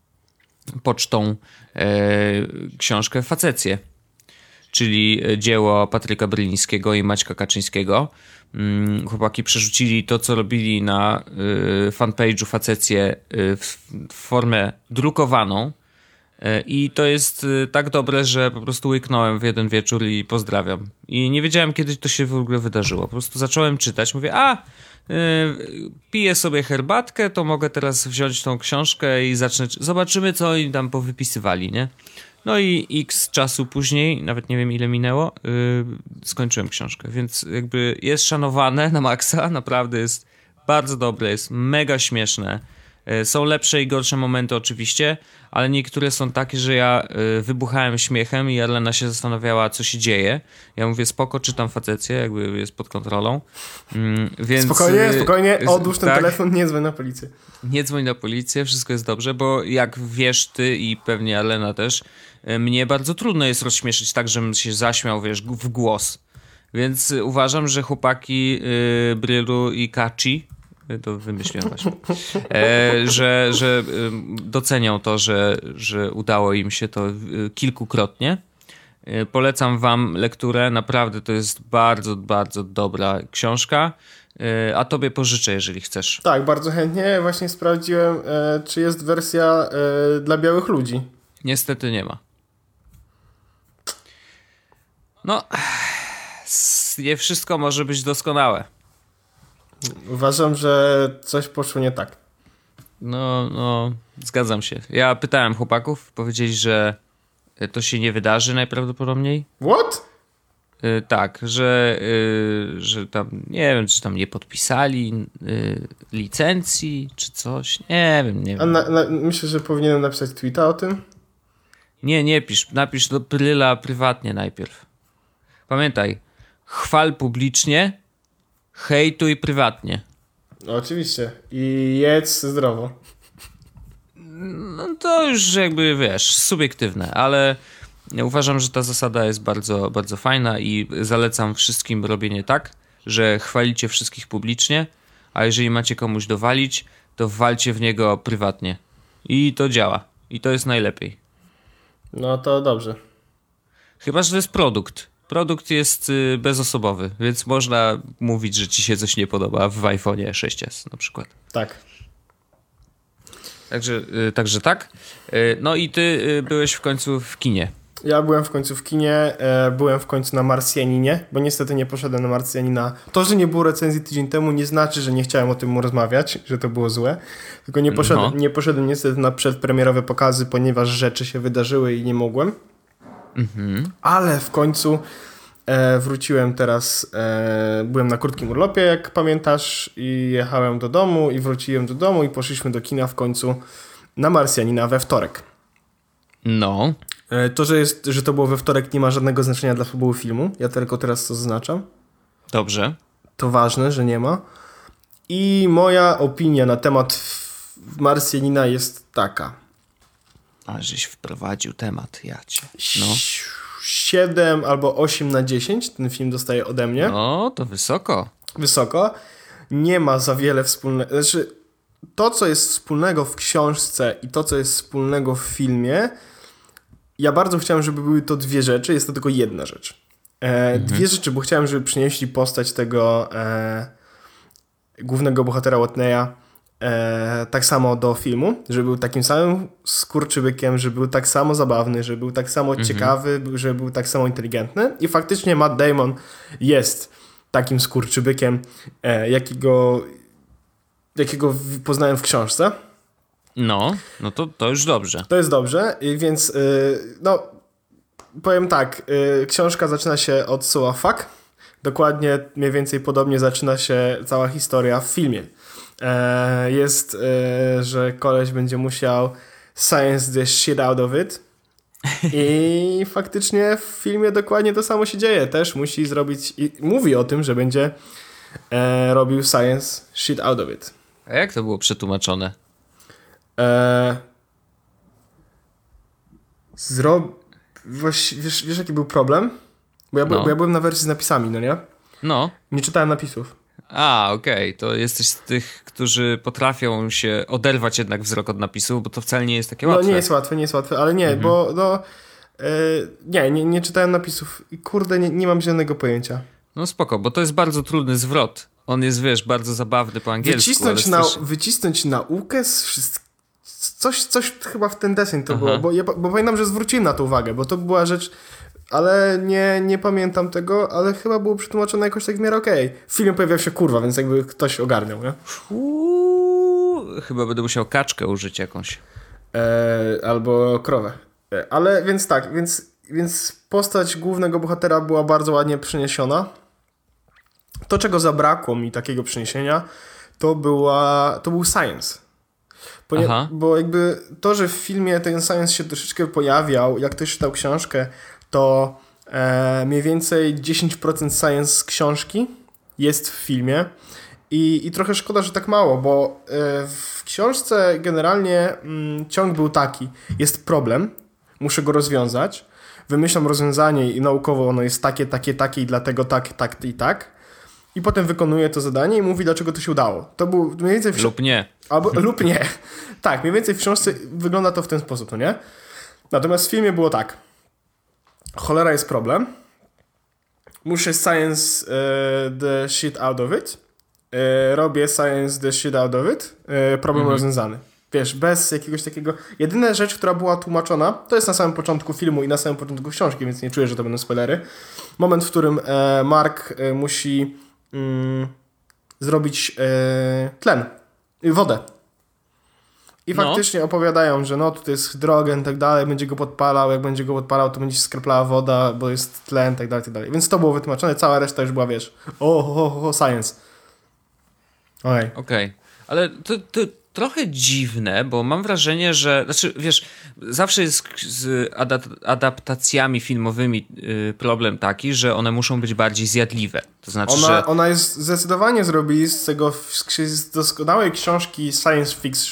pocztą książkę Facecje, czyli dzieło Patryka Brylińskiego i Maćka Kaczyńskiego. Chłopaki przerzucili to, co robili na fanpage'u Facecje w formę drukowaną i to jest tak dobre, że po prostu łyknąłem w jeden wieczór i pozdrawiam. I nie wiedziałem, kiedy to się w ogóle wydarzyło. Po prostu zacząłem czytać, mówię, piję sobie herbatkę, to mogę teraz wziąć tą książkę i zobaczymy, co oni tam powypisywali, nie? No i x czasu później, nawet nie wiem ile minęło, skończyłem książkę, więc jakby jest szanowane na maksa, naprawdę jest bardzo dobre, jest mega śmieszne. Są lepsze i gorsze momenty oczywiście, ale niektóre są takie, że ja wybuchałem śmiechem i Elena się zastanawiała, co się dzieje. Ja mówię, spoko, czytam facecję, jakby jest pod kontrolą. Więc, spokojnie, odłóż ten tak, telefon, nie dzwoń na policję. nie dzwoń na policję, wszystko jest dobrze, bo jak wiesz ty i pewnie Elena też, mnie bardzo trudno jest rozśmieszyć tak, żebym się zaśmiał, wiesz, w głos. Więc uważam, że chłopaki Brylu i Kaci, to wymyśliłem właśnie, że docenią to, że udało im się to kilkukrotnie. Polecam wam lekturę, naprawdę to jest bardzo, bardzo dobra książka, a tobie pożyczę, jeżeli chcesz. Tak, bardzo chętnie. Właśnie sprawdziłem, czy jest wersja dla białych ludzi. Niestety nie ma. No, nie wszystko może być doskonałe. Uważam, że coś poszło nie tak. No, zgadzam się. Ja pytałem chłopaków, powiedzieli, że to się nie wydarzy najprawdopodobniej. What? Tak, że tam, nie wiem, czy tam nie podpisali licencji, czy coś. Nie wiem. Myślę, że powinienem napisać tweeta o tym. Nie pisz. Napisz do Bryla prywatnie najpierw. Pamiętaj, chwal publicznie, hejtuj prywatnie. No, oczywiście. I jedz zdrowo. No to już jakby, wiesz, subiektywne, ale uważam, że ta zasada jest bardzo, bardzo fajna i zalecam wszystkim robienie tak, że chwalicie wszystkich publicznie, a jeżeli macie komuś dowalić, to walcie w niego prywatnie. I to działa. I to jest najlepiej. No to dobrze. Chyba że to jest produkt. Produkt jest bezosobowy, więc można mówić, że ci się coś nie podoba w iPhone'ie 6s na przykład. Tak. Także tak. No i ty byłeś w końcu w kinie. Ja byłem w końcu w kinie, byłem w końcu na Marsjaninie, bo niestety nie poszedłem na Marsjanina. To, że nie było recenzji tydzień temu, nie znaczy, że nie chciałem o tym rozmawiać, że to było złe. Tylko nie poszedłem niestety na przedpremierowe pokazy, ponieważ rzeczy się wydarzyły i nie mogłem. Ale w końcu wróciłem teraz, byłem na krótkim urlopie, jak pamiętasz, i jechałem do domu i wróciłem do domu i poszliśmy do kina w końcu na Marsjanina we wtorek. No. To, że to było we wtorek, nie ma żadnego znaczenia dla fabuły filmu. Ja tylko teraz to zaznaczam. Dobrze. To ważne, że nie ma. I moja opinia na temat Marsjanina jest taka. A żeś wprowadził temat, ja cię. No. 7 albo 8 na 10 ten film dostaje ode mnie. No, to wysoko. Wysoko. Nie ma za wiele wspólnego. Znaczy, to, co jest wspólnego w książce i to, co jest wspólnego w filmie, ja bardzo chciałem, żeby były to dwie rzeczy. Jest to tylko jedna rzecz. Dwie rzeczy, bo chciałem, żeby przynieśli postać tego głównego bohatera Watneya tak samo do filmu, żeby był takim samym skurczybykiem, żeby był tak samo zabawny, żeby był tak samo ciekawy, żeby był tak samo inteligentny. I faktycznie Matt Damon jest takim skurczybykiem, jakiego poznałem w książce. No to już dobrze. To jest dobrze, więc no powiem tak, książka zaczyna się od słowa fuck. Dokładnie, mniej więcej podobnie zaczyna się cała historia w filmie. Jest, że koleś będzie musiał science the shit out of it i faktycznie w filmie dokładnie to samo się dzieje. Też musi zrobić, i mówi o tym, że będzie robił science shit out of it. A jak to było przetłumaczone? Wiesz jaki był problem? Bo ja byłem na wersji z napisami, no nie? No. Nie czytałem napisów. Okej. To jesteś z tych, którzy potrafią się oderwać jednak wzrok od napisów, bo to wcale nie jest takie łatwe. No nie jest łatwe, ale nie, bo nie czytałem napisów i kurde, nie mam żadnego pojęcia. No spoko, bo to jest bardzo trudny zwrot. On jest, wiesz, bardzo zabawny po angielsku. Wycisnąć naukę z wszystkiego. Coś chyba w ten deseń to było, bo pamiętam, że zwróciłem na to uwagę, bo to była rzecz, ale nie pamiętam tego, ale chyba było przetłumaczone jakoś tak w miarę okej. W filmie pojawiał się kurwa, więc jakby ktoś ogarniał, nie? Chyba będę musiał kaczkę użyć jakąś. Albo krowę. Ale więc tak, więc postać głównego bohatera była bardzo ładnie przeniesiona. To, czego zabrakło mi takiego przeniesienia, to był science. Aha. Bo jakby to, że w filmie ten science się troszeczkę pojawiał, jak ktoś czytał książkę, to mniej więcej 10% science z książki jest w filmie i trochę szkoda, że tak mało, bo w książce generalnie ciąg był taki, jest problem, muszę go rozwiązać, wymyślam rozwiązanie i naukowo ono jest takie i dlatego tak i tak i potem wykonuję to zadanie i mówi, dlaczego to się udało. To był mniej więcej... Lub nie. Lub nie. Tak, mniej więcej w książce wygląda to w ten sposób, no nie? Natomiast w filmie było tak. Cholera jest problem. Muszę science the shit out of it. Robię science the shit out of it. Problem rozwiązany. Wiesz, bez jakiegoś takiego... Jedyna rzecz, która była tłumaczona, to jest na samym początku filmu i na samym początku książki, więc nie czuję, że to będą spoilery. Moment, w którym Mark musi zrobić tlen. Wodę. I faktycznie opowiadają, że no tutaj jest hydrogen i tak dalej, będzie go podpalał, jak będzie go podpalał, to będzie się skreplała woda, bo jest tlen i tak dalej, tak dalej. Więc to było wytłumaczone, cała reszta już była, wiesz, science. Okej. Ale to trochę dziwne, bo mam wrażenie, że... Znaczy, wiesz, zawsze jest z adaptacjami filmowymi problem taki, że one muszą być bardziej zjadliwe. To znaczy, Ona jest zdecydowanie zrobili z tego z doskonałej książki science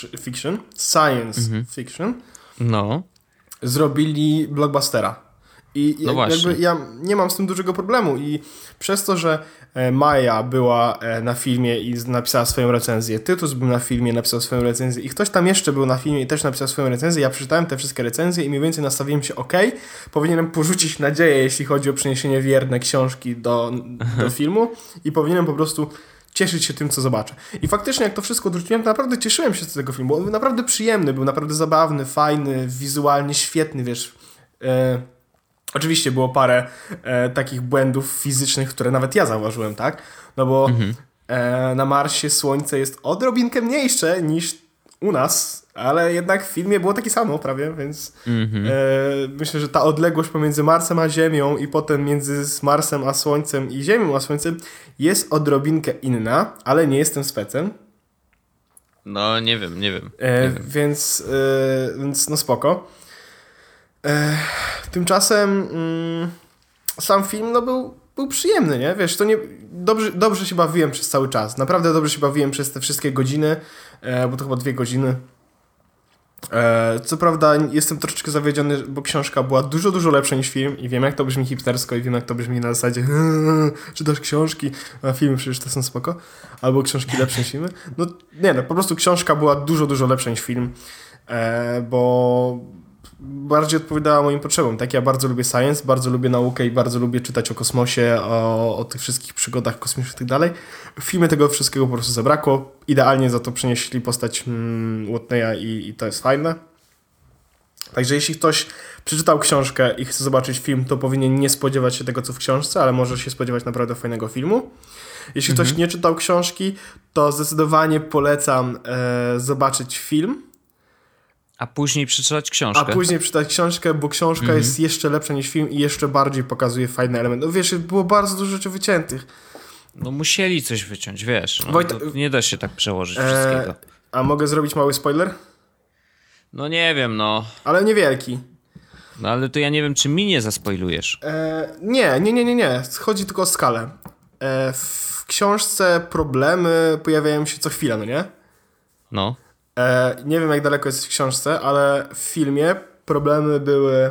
fiction. No. Zrobili blockbustera. I No właśnie. jakby ja nie mam z tym dużego problemu i przez to, że Maja była na filmie i napisała swoją recenzję, Tytus był na filmie, napisał swoją recenzję i ktoś tam jeszcze był na filmie i też napisał swoją recenzję, ja przeczytałem te wszystkie recenzje i mniej więcej nastawiłem się powinienem porzucić nadzieję, jeśli chodzi o przeniesienie wierne książki do filmu i powinienem po prostu cieszyć się tym, co zobaczę. I faktycznie jak to wszystko odrzuciłem, to naprawdę cieszyłem się z tego filmu, bo on był naprawdę przyjemny, był naprawdę zabawny, fajny, wizualnie świetny, wiesz... Oczywiście było parę takich błędów fizycznych, które nawet ja zauważyłem, tak? No bo na Marsie Słońce jest odrobinkę mniejsze niż u nas, ale jednak w filmie było takie samo prawie, więc myślę, że ta odległość pomiędzy Marsem a Ziemią i potem między Marsem a Słońcem i Ziemią a Słońcem jest odrobinkę inna, ale nie jestem specem. No, nie wiem. Więc no spoko. Tymczasem sam film no, był przyjemny, nie? Wiesz, to nie... Dobrze się bawiłem przez cały czas. Naprawdę dobrze się bawiłem przez te wszystkie godziny, bo to chyba 2 godziny. Co prawda jestem troszeczkę zawiedziony, bo książka była dużo, dużo lepsza niż film i wiem, jak to brzmi hipstersko i wiem, jak to brzmi na zasadzie czytasz książki, a filmy przecież to są spoko. Albo książki lepsze niż filmy. No nie, no po prostu książka była dużo, dużo lepsza niż film, bo... bardziej odpowiadała moim potrzebom. Tak, ja bardzo lubię science, bardzo lubię naukę i bardzo lubię czytać o kosmosie, o tych wszystkich przygodach kosmicznych i tak dalej. W filmie tego wszystkiego po prostu zabrakło. Idealnie za to przenieśli postać Watneya i to jest fajne. Także jeśli ktoś przeczytał książkę i chce zobaczyć film, to powinien nie spodziewać się tego, co w książce, ale może się spodziewać naprawdę fajnego filmu. Jeśli ktoś nie czytał książki, to zdecydowanie polecam zobaczyć film. A później przeczytać książkę. Bo książka jest jeszcze lepsza niż film i jeszcze bardziej pokazuje fajne elementy. No wiesz, było bardzo dużo rzeczy wyciętych. No musieli coś wyciąć, wiesz. No, nie da się tak przełożyć wszystkiego. A mogę zrobić mały spoiler? No nie wiem, no. Ale niewielki. No ale to ja nie wiem, czy mi nie zaspoilujesz. Nie. Chodzi tylko o skalę. W książce problemy pojawiają się co chwilę, no nie? No. Nie wiem, jak daleko jest w książce, ale w filmie problemy były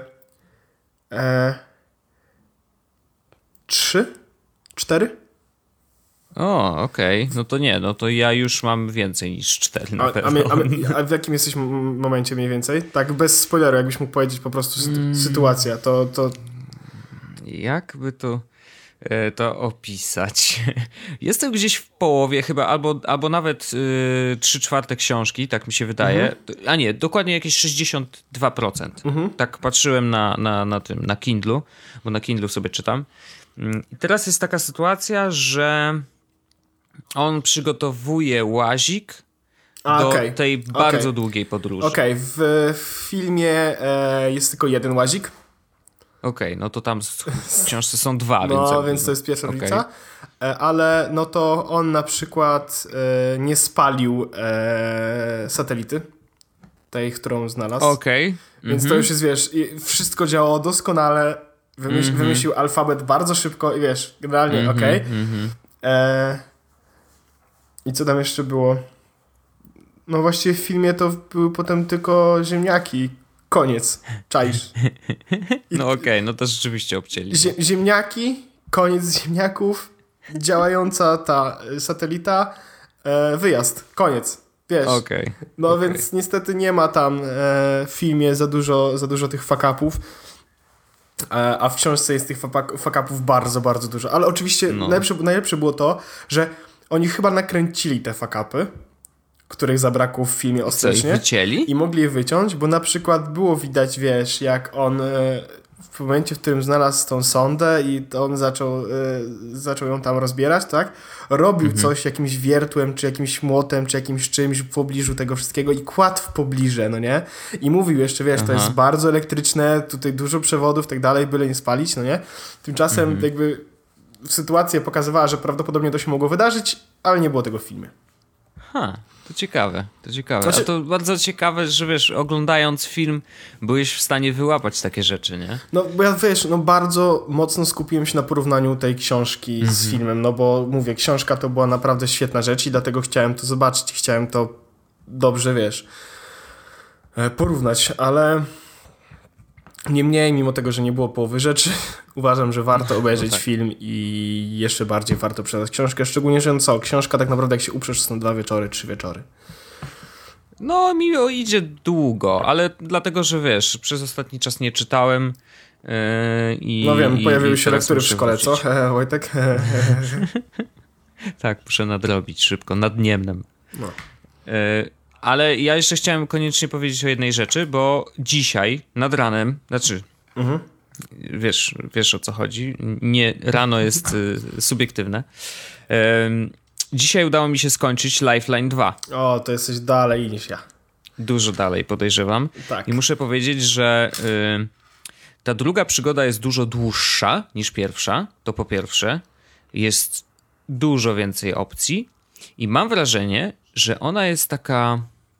3? 4? O, okej. No to nie, no to ja już mam więcej niż 4 na pewno. A w jakim jesteś momencie mniej więcej? Tak bez spoileru, jakbyś mógł powiedzieć po prostu sytuacja, to... Jakby to opisać? Jestem gdzieś w połowie chyba, albo nawet 3/4 książki, tak mi się wydaje. A nie, dokładnie jakieś 62%. Tak patrzyłem na Kindlu, bo na Kindlu sobie czytam. I teraz jest taka sytuacja, że on przygotowuje łazik do tej bardzo długiej podróży. W filmie jest tylko jeden łazik. Okej, no to tam w książce są dwa, No, więc... więc to jest pierwsza okej. różnica. Ale no to on na przykład nie spalił satelity, tej, którą znalazł. Okej. Więc to już jest, wiesz, wszystko działało doskonale. Wymyślił alfabet bardzo szybko i wiesz, generalnie okej. I co tam jeszcze było? No właściwie w filmie to były potem tylko ziemniaki. Koniec. Czaisz. No okej, no to rzeczywiście obcięli. Ziemniaki, koniec ziemniaków, działająca ta satelita, wyjazd. Koniec. Wiesz. Okej. No więc niestety nie ma tam w filmie za dużo tych fuck-upów. A w książce jest tych fuck-upów bardzo, bardzo dużo. Ale oczywiście najlepsze było to, że oni chyba nakręcili te fuck-upy, których zabrakło w filmie ostatecznie. Wycięli? I mogli je wyciąć, bo na przykład było widać, wiesz, jak on w momencie, w którym znalazł tą sondę i to on zaczął ją tam rozbierać, tak? Robił coś jakimś wiertłem, czy jakimś młotem, czy jakimś czymś w pobliżu tego wszystkiego i kładł w pobliże, no nie? I mówił jeszcze, wiesz, to jest bardzo elektryczne, tutaj dużo przewodów, tak dalej, byle nie spalić, no nie? Tymczasem jakby sytuacja pokazywała, że prawdopodobnie to się mogło wydarzyć, ale nie było tego w filmie. To ciekawe. Znaczy... A to bardzo ciekawe, że wiesz, oglądając film byłeś w stanie wyłapać takie rzeczy, nie? No bo ja wiesz, no bardzo mocno skupiłem się na porównaniu tej książki z filmem, no bo mówię, książka to była naprawdę świetna rzecz i dlatego chciałem to zobaczyć, chciałem to dobrze, wiesz, porównać, ale niemniej, mimo tego, że nie było połowy rzeczy, uważam, że warto obejrzeć film i jeszcze bardziej warto przeczytać książkę, szczególnie, że książka tak naprawdę jak się uprzesz, są 2 wieczory, 3 wieczory. No mi idzie długo, ale dlatego, że wiesz, przez ostatni czas nie czytałem no wiem, pojawiły się lektury w szkole, wrócić. co? Wojtek? Tak, muszę nadrobić szybko, nad dniemnem. No. Ale ja jeszcze chciałem koniecznie powiedzieć o jednej rzeczy, bo dzisiaj nad ranem, znaczy wiesz o co chodzi, nie, rano jest subiektywne. Dzisiaj udało mi się skończyć Lifeline 2. O, to jesteś dalej niż ja. Dużo dalej podejrzewam. Tak. I muszę powiedzieć, że ta druga przygoda jest dużo dłuższa niż pierwsza, to po pierwsze. Jest dużo więcej opcji i mam wrażenie, że ona jest taka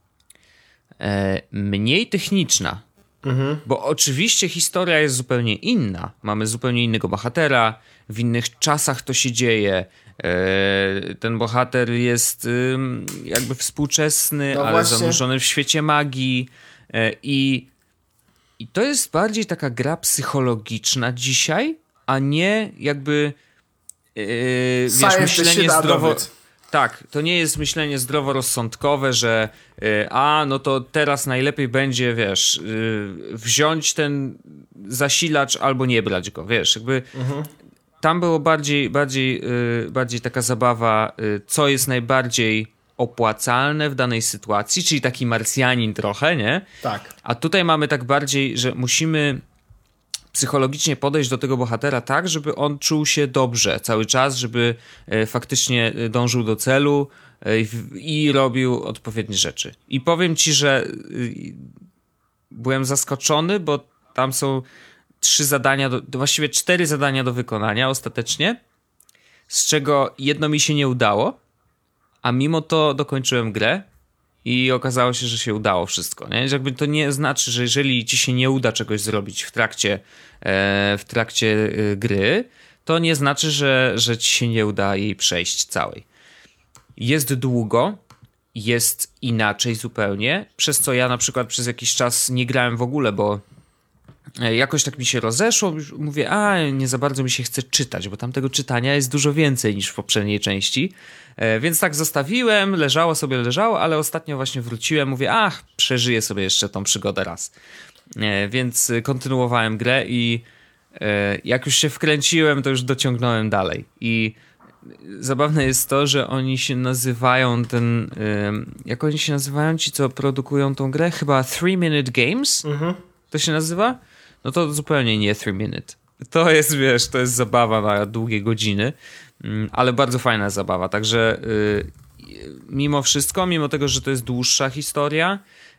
mniej techniczna. Bo oczywiście historia jest zupełnie inna. Mamy zupełnie innego bohatera, w innych czasach to się dzieje. Ten bohater jest jakby współczesny, ale właśnie. zanurzony w świecie magii. I to jest bardziej taka gra psychologiczna dzisiaj, a nie jakby wiesz, myślenie zdrowo... Tak, to nie jest myślenie zdroworozsądkowe, że no to teraz najlepiej będzie, wiesz, wziąć ten zasilacz albo nie brać go, wiesz, jakby tam było bardziej taka zabawa, co jest najbardziej opłacalne w danej sytuacji, czyli taki Marsjanin trochę, nie? Tak. A tutaj mamy tak bardziej, że musimy psychologicznie podejść do tego bohatera tak, żeby on czuł się dobrze cały czas, żeby faktycznie dążył do celu i robił odpowiednie rzeczy. I powiem ci, że byłem zaskoczony, bo tam są 3 zadania, właściwie 4 zadania do wykonania ostatecznie, z czego jedno mi się nie udało, a mimo to dokończyłem grę i okazało się, że się udało wszystko. Nie? Jakby to nie znaczy, że jeżeli ci się nie uda czegoś zrobić w trakcie gry, to nie znaczy, że ci się nie uda jej przejść całej. Jest długo, jest inaczej zupełnie, przez co ja na przykład przez jakiś czas nie grałem w ogóle, bo jakoś tak mi się rozeszło, mówię, nie za bardzo mi się chce czytać, bo tam tego czytania jest dużo więcej niż w poprzedniej części, więc tak zostawiłem, leżało, ale ostatnio właśnie wróciłem, mówię, przeżyję sobie jeszcze tą przygodę raz. Więc kontynuowałem grę i jak już się wkręciłem, to już dociągnąłem dalej. I zabawne jest to, że oni się nazywają jak oni się nazywają, ci co produkują tą grę? Chyba 3-Minute Games? To się nazywa? No to zupełnie nie 3-Minute. To jest, wiesz, to jest zabawa na długie godziny, ale bardzo fajna zabawa, także mimo wszystko, mimo tego, że to jest dłuższa historia,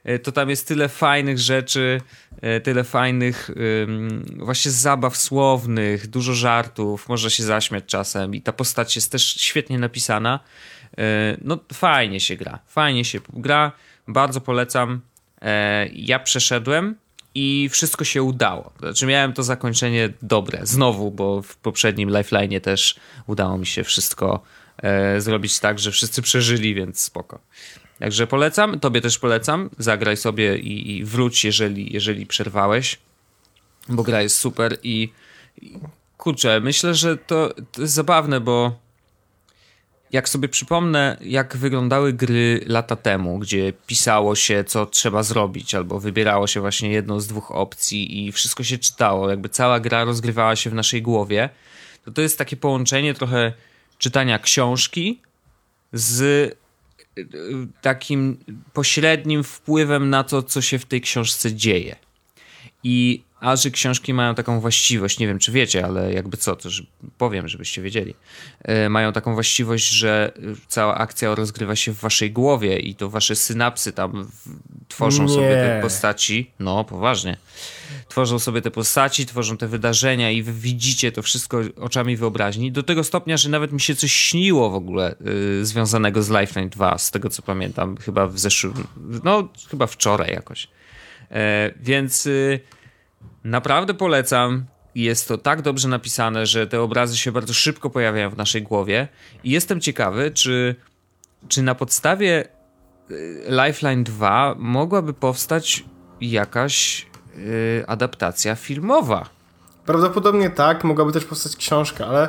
to tam jest tyle fajnych rzeczy, tyle fajnych właśnie zabaw słownych, dużo żartów, można się zaśmiać czasem i ta postać jest też świetnie napisana. No fajnie się gra, bardzo polecam. Ja przeszedłem i wszystko się udało. Znaczy miałem to zakończenie dobre, znowu, bo w poprzednim Lifeline'ie też udało mi się wszystko zrobić tak, że wszyscy przeżyli, więc spoko. Także polecam, tobie też polecam, zagraj sobie i wróć, jeżeli przerwałeś, bo gra jest super i kurczę, myślę, że to jest zabawne, bo jak sobie przypomnę, jak wyglądały gry lata temu, gdzie pisało się, co trzeba zrobić, albo wybierało się właśnie jedną z dwóch opcji i wszystko się czytało, jakby cała gra rozgrywała się w naszej głowie, to jest takie połączenie trochę czytania książki z takim pośrednim wpływem na to, co się w tej książce dzieje. A że książki mają taką właściwość, nie wiem czy wiecie, ale jakby co, to powiem, żebyście wiedzieli. Mają taką właściwość, że cała akcja rozgrywa się w waszej głowie i to wasze synapsy tam tworzą sobie te postaci. No, poważnie. Tworzą sobie te postaci, tworzą te wydarzenia i wy widzicie to wszystko oczami wyobraźni. Do tego stopnia, że nawet mi się coś śniło w ogóle związanego z Lifeline 2, z tego co pamiętam, chyba chyba wczoraj jakoś. Więc naprawdę polecam. Jest to tak dobrze napisane, że te obrazy się bardzo szybko pojawiają w naszej głowie i jestem ciekawy, czy na podstawie Lifeline 2 mogłaby powstać jakaś adaptacja filmowa. Prawdopodobnie tak, mogłaby też powstać książka, ale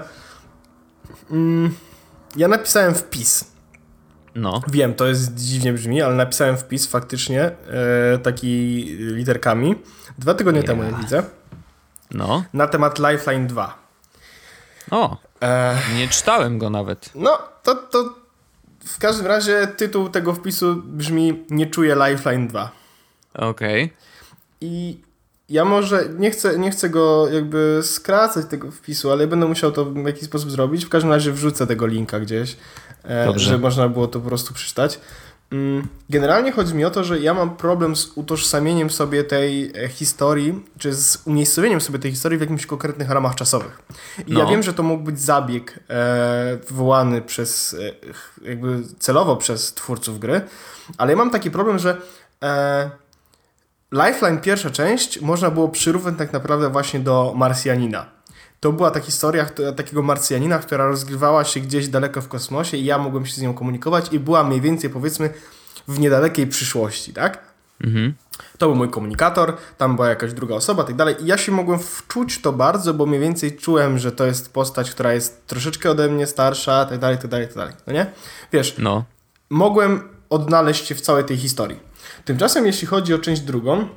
ja napisałem wpis. No. Wiem, to jest dziwnie brzmi, ale napisałem wpis faktycznie taki literkami 2 tygodnie temu, jak widzę. No. Na temat Lifeline 2. O, nie czytałem go nawet. No, to w każdym razie tytuł tego wpisu brzmi Nie czuję Lifeline 2. Okej. I ja może nie chcę go jakby skracać tego wpisu, ale będę musiał to w jakiś sposób zrobić. W każdym razie wrzucę tego linka gdzieś, żeby można było to po prostu przeczytać. Generalnie chodzi mi o to, że ja mam problem z utożsamieniem sobie tej historii, czy z umiejscowieniem sobie tej historii w jakimś konkretnych ramach czasowych. I ja wiem, że to mógł być zabieg wywołany przez jakby celowo przez twórców gry, ale ja mam taki problem, że Lifeline pierwsza część można było przyrównać tak naprawdę właśnie do Marsjanina. To była ta historia takiego Marsjanina, która rozgrywała się gdzieś daleko w kosmosie i ja mogłem się z nią komunikować i była mniej więcej powiedzmy w niedalekiej przyszłości, tak? Mhm. To był mój komunikator, tam była jakaś druga osoba, tak dalej. I ja się mogłem wczuć to bardzo, bo mniej więcej czułem, że to jest postać, która jest troszeczkę ode mnie starsza, tak dalej, tak dalej, tak dalej. No nie? Wiesz, mogłem odnaleźć się w całej tej historii. Tymczasem jeśli chodzi o część drugą,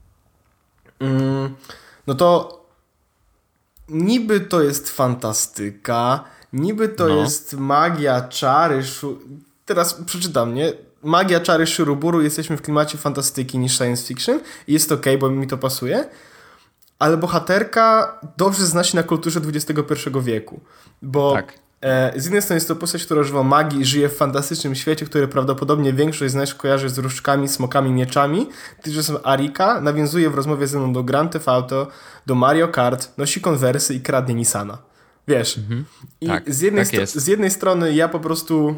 no to niby to jest fantastyka, niby to jest magia, czary, teraz przeczytam, nie? Magia, czary, szuruburu, jesteśmy w klimacie fantastyki niż science fiction i jest okej, bo mi to pasuje, ale bohaterka dobrze zna się na kulturze XXI wieku, bo tak. Z jednej strony jest to postać, która używa magii i żyje w fantastycznym świecie, który prawdopodobnie większość z nas kojarzy z różdżkami, smokami, mieczami. Tymczasem Arika nawiązuje w rozmowie ze mną do Grand Theft Auto, do Mario Kart, nosi konwersy i kradnie Nissana. Wiesz? I tak, z jednej strony ja po prostu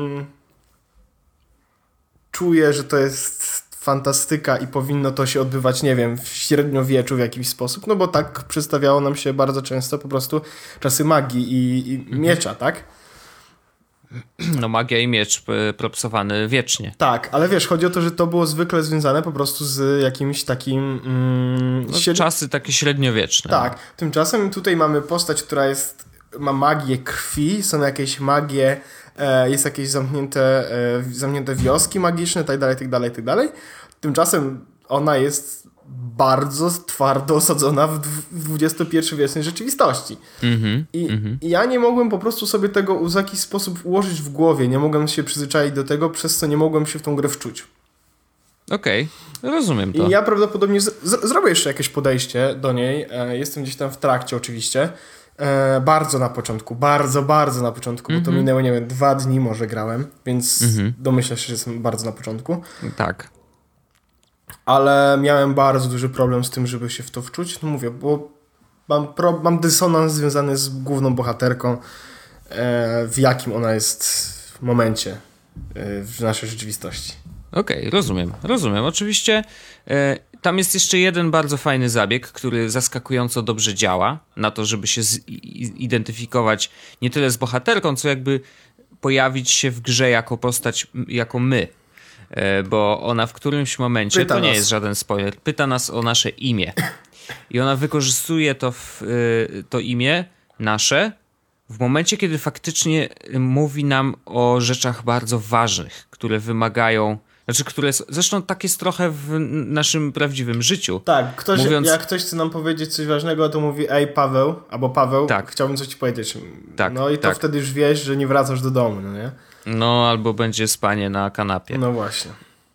czuję, że to jest fantastyka i powinno to się odbywać, nie wiem, w średniowieczu w jakiś sposób, no bo tak przedstawiało nam się bardzo często po prostu czasy magii i miecza, tak? No magia i miecz propsowany wiecznie. Tak, ale wiesz, chodzi o to, że to było zwykle związane po prostu z jakimś takim... czasy takie średniowieczne. Tak, tymczasem tutaj mamy postać, która ma magię krwi, są jakieś magie, jest jakieś zamknięte wioski magiczne, tak dalej, tak dalej, tak dalej. Tymczasem ona jest bardzo twardo osadzona w XXI-wiecznej rzeczywistości. I ja nie mogłem po prostu sobie tego w jakiś sposób ułożyć w głowie, nie mogłem się przyzwyczaić do tego, przez co nie mogłem się w tą grę wczuć. Okej, rozumiem to. I ja prawdopodobnie zrobię jeszcze jakieś podejście do niej, jestem gdzieś tam w trakcie oczywiście, bardzo na początku, bardzo na początku, bo to minęło, nie wiem, 2 dni może grałem, więc domyślę się, że jestem bardzo na początku. Tak. ale miałem bardzo duży problem z tym, żeby się w to wczuć. No mówię, bo mam dysonans związany z główną bohaterką, w jakim ona jest w momencie w naszej rzeczywistości. Okej, rozumiem. Oczywiście tam jest jeszcze jeden bardzo fajny zabieg, który zaskakująco dobrze działa na to, żeby się zidentyfikować nie tyle z bohaterką, co jakby pojawić się w grze jako postać, jako my. Bo ona w którymś momencie, to nie jest żaden spoiler, pyta nas o nasze imię. I ona wykorzystuje to imię nasze w momencie, kiedy faktycznie mówi nam o rzeczach bardzo ważnych, które wymagają, które zresztą tak jest trochę w naszym prawdziwym życiu. Tak, jak ktoś chce nam powiedzieć coś ważnego, to mówi: ej, Paweł, albo Paweł, chciałbym coś ci powiedzieć. Tak, no i to wtedy już wiesz, że nie wracasz do domu, no nie? No, albo będzie spanie na kanapie. No właśnie.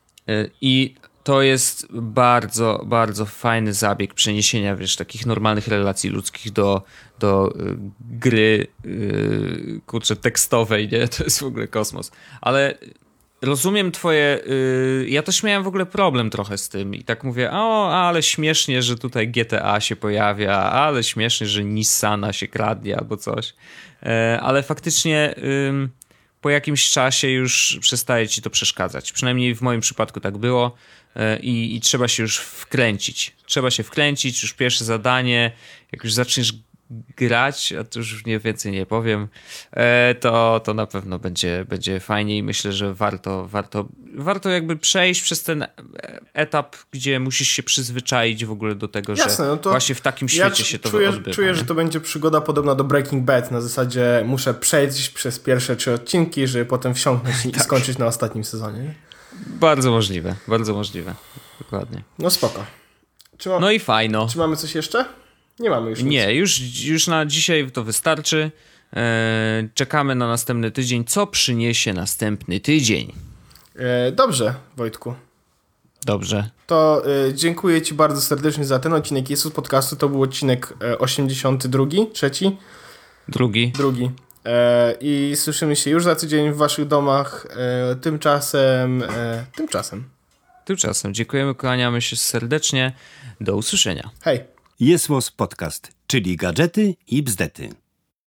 I to jest bardzo, bardzo fajny zabieg przeniesienia, takich normalnych relacji ludzkich do gry, tekstowej, nie? To jest w ogóle kosmos. Ale rozumiem twoje... ja też miałem w ogóle problem trochę z tym i tak mówię, ale śmiesznie, że tutaj GTA się pojawia, ale śmiesznie, że Nissana się kradnie albo coś. Ale faktycznie... po jakimś czasie już przestaje ci to przeszkadzać. Przynajmniej w moim przypadku tak było i trzeba się już wkręcić. Już pierwsze zadanie, jak już zaczniesz grać, a to już więcej nie powiem, to na pewno będzie fajnie i myślę, że warto jakby przejść przez ten etap, gdzie musisz się przyzwyczaić w ogóle do tego, jasne, że właśnie w takim świecie się to odbywa. Czuję, że to będzie przygoda podobna do Breaking Bad, na zasadzie muszę przejść przez pierwsze 3 odcinki, żeby potem wsiąknąć i skończyć na ostatnim sezonie. Bardzo możliwe. Dokładnie. No spoko. No i fajno. Czy mamy coś jeszcze? Nie mamy już nic. Nie, już na dzisiaj to wystarczy. Czekamy na następny tydzień. Co przyniesie następny tydzień? Dobrze, Wojtku. Dobrze. To dziękuję ci bardzo serdecznie za ten odcinek Jesus Podcastu. To był odcinek 82, trzeci? Drugi. I słyszymy się już za tydzień w waszych domach. Tymczasem. Dziękujemy, kłaniamy się serdecznie. Do usłyszenia. Hej. Jesus Podcast, czyli gadżety i bzdety.